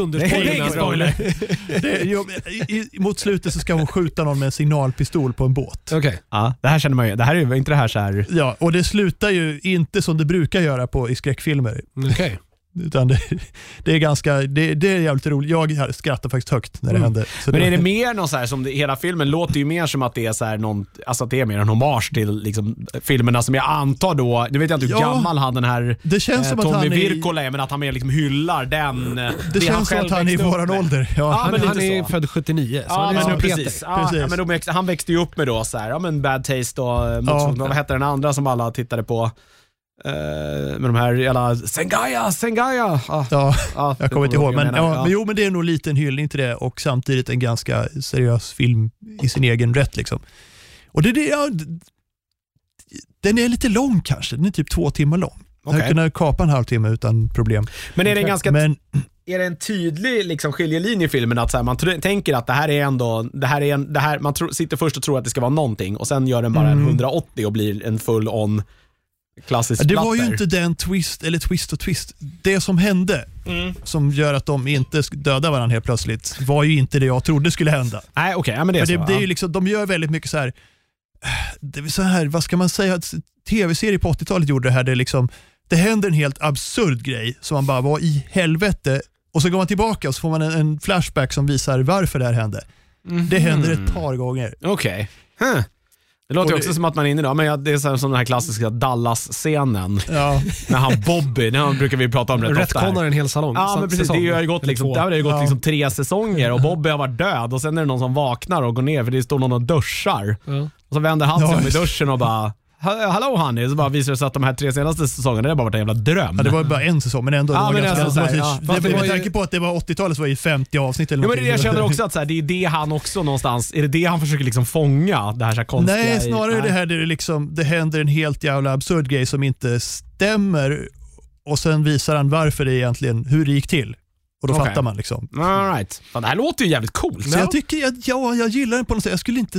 dunderspoiler. Mot slutet så ska hon skjuta någon med en signalpistol på en båt. Ja, det här känner man ju. Det här är inte det här så här. Ja, och det slutar ju inte som det brukar göra i skräckfilmer. Utan det är ganska, det är jävligt roligt. Jag skrattar faktiskt högt när det händer. Så men är det mer någon så här, som hela filmen låter ju mer som att det är så här någon, alltså att det är mer en hommage till liksom filmerna som jag antar då, nu vet jag inte hur gammal han den här det känns som Tommy att han Wirkola är, men att han mer liksom hyllar den. Det känns som att han är i våran ålder. Han är född 79. Precis. Men han växte ju upp med då så här, men Bad Taste och vad hette den andra som alla tittade på? Med de här jävla Sengaya. Jag kommer inte ihåg, men det är nog lite en hyllning till det, och samtidigt en ganska seriös film i sin egen rätt liksom. Och den är lite lång kanske. Den är typ 2 timmar lång. Okay. Jag kunde kapa en halvtimme utan problem. Men är det är det en tydlig liksom skiljelinje i filmen att så här, man tänker att det här är ändå man sitter först och tror att det ska vara någonting och sen gör den bara en 180 och blir en full on klassisk det var ju inte den twist och twist. Det som hände som gör att de inte dödar varandra helt plötsligt var ju inte det jag trodde skulle hända. Nej, okej, ja, men det är så. Det är ju liksom, de gör väldigt mycket så här. Det är så här, vad ska man säga, att tv-serie på 80-talet gjorde det här, det händer en helt absurd grej som man bara, vad i helvete, och så går man tillbaka och så får man en flashback som visar varför det här hände. Det händer ett par gånger. Okej. Det låter också som att man är inne då, men det är som den här klassiska Dallas-scenen. Ja. När han Bobby, den brukar vi prata om rätt ofta. Rättkonar en hel salong. Ja, men precis, det har ju gått liksom 3 säsonger och Bobby har varit död och sen är det någon som vaknar och går ner för det står någon och duschar. Ja. Och så vänder han sig om i duschen och bara hallå honey, så bara visar det sig att de här 3 senaste säsongerna det har bara varit en jävla dröm. Ja, det var bara en säsong men ändå. Ja, men med tanke på att det var 80-talet så var det 50 avsnitt eller något. Men jag känner också att så här, det är det han också någonstans, är det han försöker liksom fånga det här så konstiga? Nej, snarare det här där det händer en helt jävla absurd grej som inte stämmer och sen visar han varför det egentligen, hur det gick till. Och då fattar man liksom. All right. Fan, det här låter ju jävligt coolt. Så jag tycker jag gillar den på något sätt.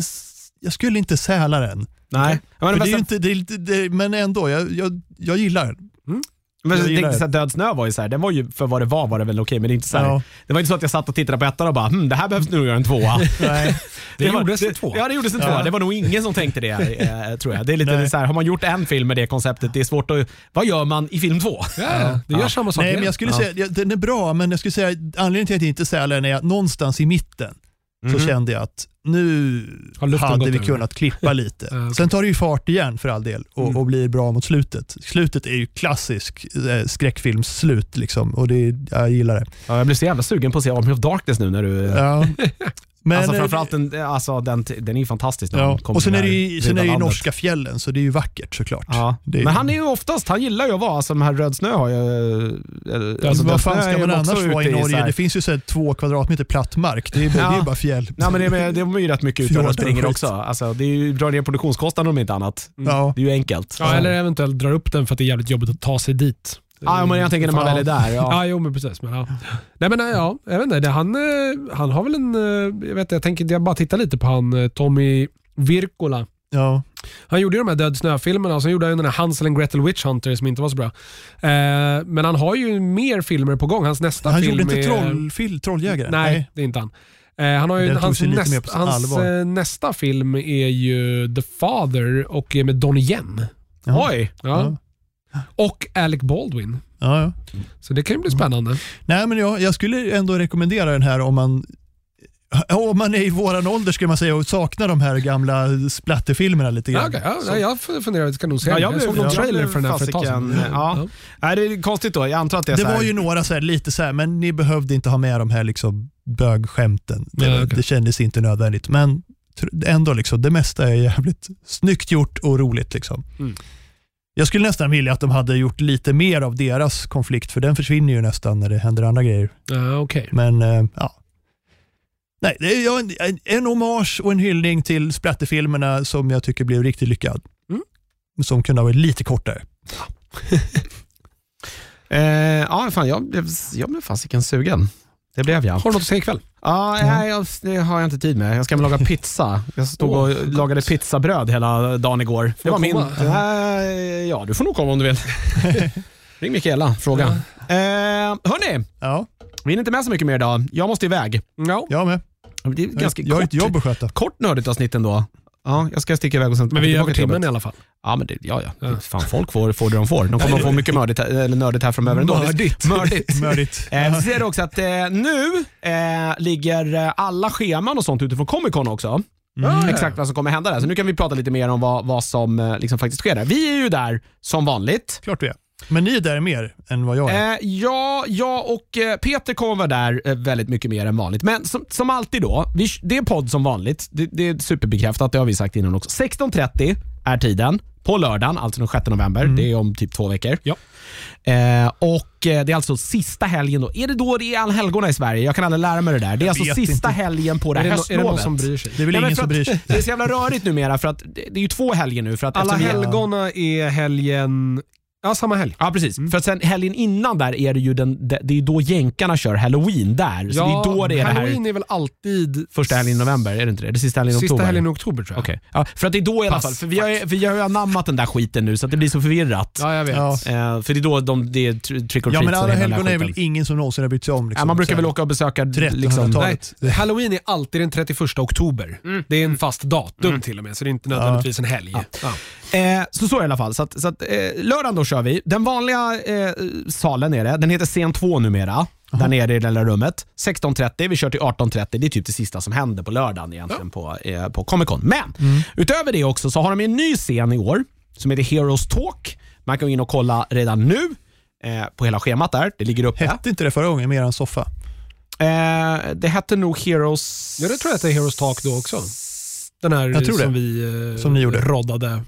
Jag skulle inte säla den. Nej. Men det är inte, men ändå, jag gillar den. Men jag tänkte så här, Död snö var ju så här, den var ju för vad det var det väl okej, men det är inte så här, det var inte så att jag satt och tittade på ettan och bara, det här behövs nu göra en 2. Nej. Det gjordes en 2. Ja, det gjordes en 2. Det var nog ingen som tänkte det, tror jag. Det är lite så här, har man gjort en film med det konceptet, det är svårt att, vad gör man i film 2? Ja, det gör samma sak. Nej, men jag skulle säga, den är bra, men jag skulle säga, anledningen till att jag inte säger den är att någonstans i mitten så kände jag att nu hade vi kunnat klippa lite. Okay. Sen tar det ju fart igen för all del och blir bra mot slutet. Slutet är ju klassisk skräckfilmsslut liksom, och jag gillar det. Ja, jag blir så jävla sugen på att se Army of Darkness nu när du... Ja. Men, alltså framförallt den är ju fantastisk. Ja. Och sen är det ju norska fjällen, så det är ju vackert såklart. Ja. Men han är ju oftast, han gillar ju att vara som här Röd snö har ju... Alltså, vad fan ska man annars vara i Norge? Det finns ju så 2 kvadratmeter platt mark. Det är ju bara fjäll. Ja, men det är ju rätt mycket utan att springer också. Alltså, det är ju drar ner produktionskostnaden om inte annat. Ja. Det är ju enkelt. Ja, eller eventuellt drar upp den för att det är jävligt jobbigt att ta sig dit. Ja, men jag tänker när man väl är där. Ja, jo, men precis. Men, nej, men jag vet inte. Han har väl en... Jag bara tittar lite på han, Tommy Wirkola. Ja. Han gjorde ju de här Död snö-filmerna och så gjorde han den här Hansel and Gretel Witch Hunter som inte var så bra. Men han har ju mer filmer på gång. Hans nästa film gjorde inte Trolljägare? Nej, det är inte han. Han har ju hans nästa film är ju The Father och är med Donnie Yen. Oj! Ja. Och Alec Baldwin. Ja. Så det kan ju bli spännande. Nej, men jag skulle ändå rekommendera den här om man är i våran ålder, ska man säga, och saknar de här gamla splatterfilmerna lite grann. Okay, jag funderar, jag ska nog säga. Jag såg någon trailer för den här för ett tag sedan. Nej, det är konstigt då. Jag antar att det är det så här. var ju några så här, lite så här, men ni behövde inte ha med de här liksom bögskämten. Det kändes inte nödvändigt, men ändå liksom, det mesta är jävligt snyggt gjort och roligt liksom. Jag skulle nästan vilja att de hade gjort lite mer av deras konflikt, för den försvinner ju nästan när det händer andra grejer. Okay. Men nej, det är en hommage och en hyllning till splatterfilmerna som jag tycker blev riktigt lyckad. Som kunde ha varit lite kortare. Fan, jag blev fasiken sugen. Det blev jag. Har du något att säga ikväll? Nej, det har jag inte tid med. Jag ska laga pizza. Jag stod och lagade pizzabröd hela dagen igår. Det var min. Ja, du får nog komma om du vill. Ring Mikaela, fråga. Hörni, vi är inte med så mycket mer idag. Jag måste iväg. Ja. Jag med. Det är ganska jag har ett jobb att sköta. Kort nördigt avsnitt ändå. Ja, jag ska sticka iväg och sen... Men vi är över timmen i alla fall. Ja, men fan, folk får det de får. De kommer att få mycket nördigt här framöver ändå. Mördigt. Vi ser också att nu ligger alla scheman och sånt utifrån Comic-Con också. Exakt vad som kommer hända där. Så nu kan vi prata lite mer om vad som liksom faktiskt sker där. Vi är ju där som vanligt. Klart vi är. Men ni är där mer än vad jag är. Jag och Peter kommer vara där väldigt mycket mer än vanligt. Men som alltid då, det är podd som vanligt. Det är superbekräftat, det har vi sagt innan också. 16:30 är tiden på lördagen, alltså den 6 november. Det är om typ 2 veckor. Ja. Och det är alltså sista helgen då. Är det då det är allhelgona i Sverige? Jag kan aldrig lära mig det där. Det är alltså sista helgen på det här höstlovet. Är det någon som bryr sig? Det är väl ingen som bryr sig. Det är så jävla rörigt numera för att det är ju 2 helger nu. För att alla helgona är helgen... Ja, samma helg. Ja, precis. För att sen helgen innan där är det ju det är ju då jänkarna kör Halloween där. Så det är då det är Halloween det här, är väl alltid första helgen i november, är det inte det? Det sista helgen i oktober. Sista helgen i oktober tror jag. Okej. Ja, för att det är då i alla fall. För vi har ju anammat den där skiten nu så att det blir så förvirrat. Ja, jag vet. För det är då det är trick or treat. Ja, men alla helgona är väl ingen som någonsin har brytt sig om. Liksom, man brukar väl åka och besöka liksom, Halloween är alltid den 31 oktober. Det är en fast datum till och med, så det är inte nödvändigtvis en helg. Ja. Så är det i alla fall. Så att lördagen då kör vi. Den vanliga salen är det. Den heter scen 2 numera. Där nere i det lilla rummet. 16.30, vi kör till 18.30. Det är typ det sista som händer på lördagen egentligen på Comic Con. Men utöver det också så har de en ny scen i år som heter Heroes Talk. Man kan gå in och kolla redan nu på hela schemat där. Det ligger uppe. Hette inte det förra gången mer än soffa? Det hette nog Heroes... Ja, det tror jag att det är Heroes Talk då också. Den här jag tror som det. vi som ni gjorde. roddade.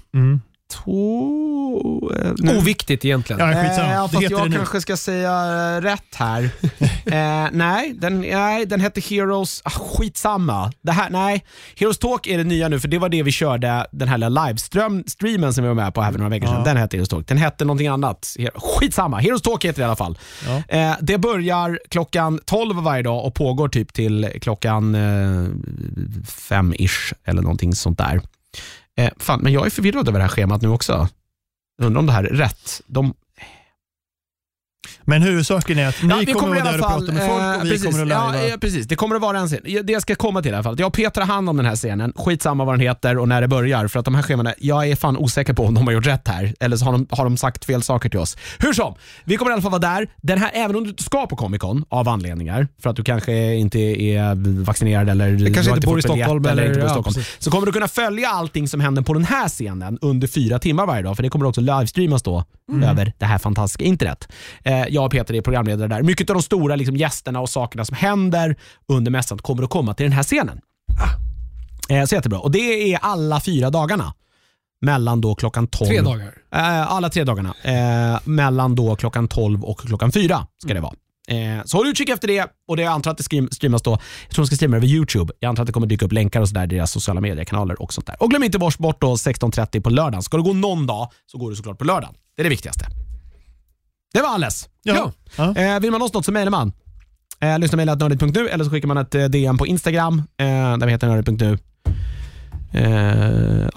Oviktigt egentligen. Ja, skitsamma. Fast jag kanske ska säga rätt här. Nej, den hette Heroes. Skitsamma. Heroes Talk är det nya nu, för det var det vi körde, den här livestreamen som vi var med på här för några veckor sedan. Den hette Heroes Talk. Den hette någonting annat. Skitsamma. Heroes Talk heter det i alla fall. Ja. Det börjar klockan 12 varje dag och pågår typ till klockan 5-ish eller någonting sånt där. Fan, men jag är förvirrad över det här schemat nu också. Undrar om det här är rätt. Men huvudsaken är att ni kommer att vara där och prata med folk och vi kommer att lära. Ja, precis. Det kommer att vara en scen. Det jag ska komma till i alla fall. Jag och Peter har hand om den här scenen. Skitsamma vad den heter och när det börjar. För att de här scheman, jag är fan osäker på om de har gjort rätt här. Eller så har de sagt fel saker till oss. Hur som, vi kommer i alla fall vara där. Den här, även om du ska på Comic Con av anledningar. För att du kanske inte är vaccinerad eller kanske inte bor i Stockholm eller inte bor i Stockholm. Så kommer du kunna följa allting som händer på den här scenen under 4 timmar varje dag. För det kommer också livestreamas då över det här fantastiska internet. Jag och Peter är programledare där. Mycket av de stora liksom, gästerna och sakerna som händer under mässan kommer att komma till den här scenen. Så jättebra. Och det är alla 4 dagarna. Mellan då klockan 12. 3 dagar. Alla 3 dagarna. Mellan då klockan 12 och klockan 4 ska det vara. Så håll utkik efter det. Och det jag antar att det streamas då. Jag tror de ska streama över YouTube. Jag antar att det kommer dyka upp länkar och sådär i deras sociala mediekanaler och sånt där. Och glöm inte bort då 16.30 på lördagen. Ska det gå någon dag så går det såklart på lördagen. Det är det viktigaste. Det var alles. Ja. Vill man något så mejlar man. Lyssna mejla nördigt.nu eller så skickar man ett DM på Instagram där vi heter nördigt.nu.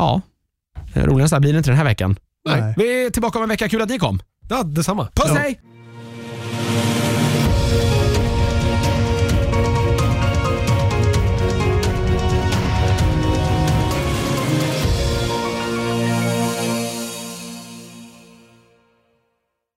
Roligast blir det inte den här veckan. Nej. Vi är tillbaka om en vecka. Kul att ni kom. Ja, detsamma. Puss, hej!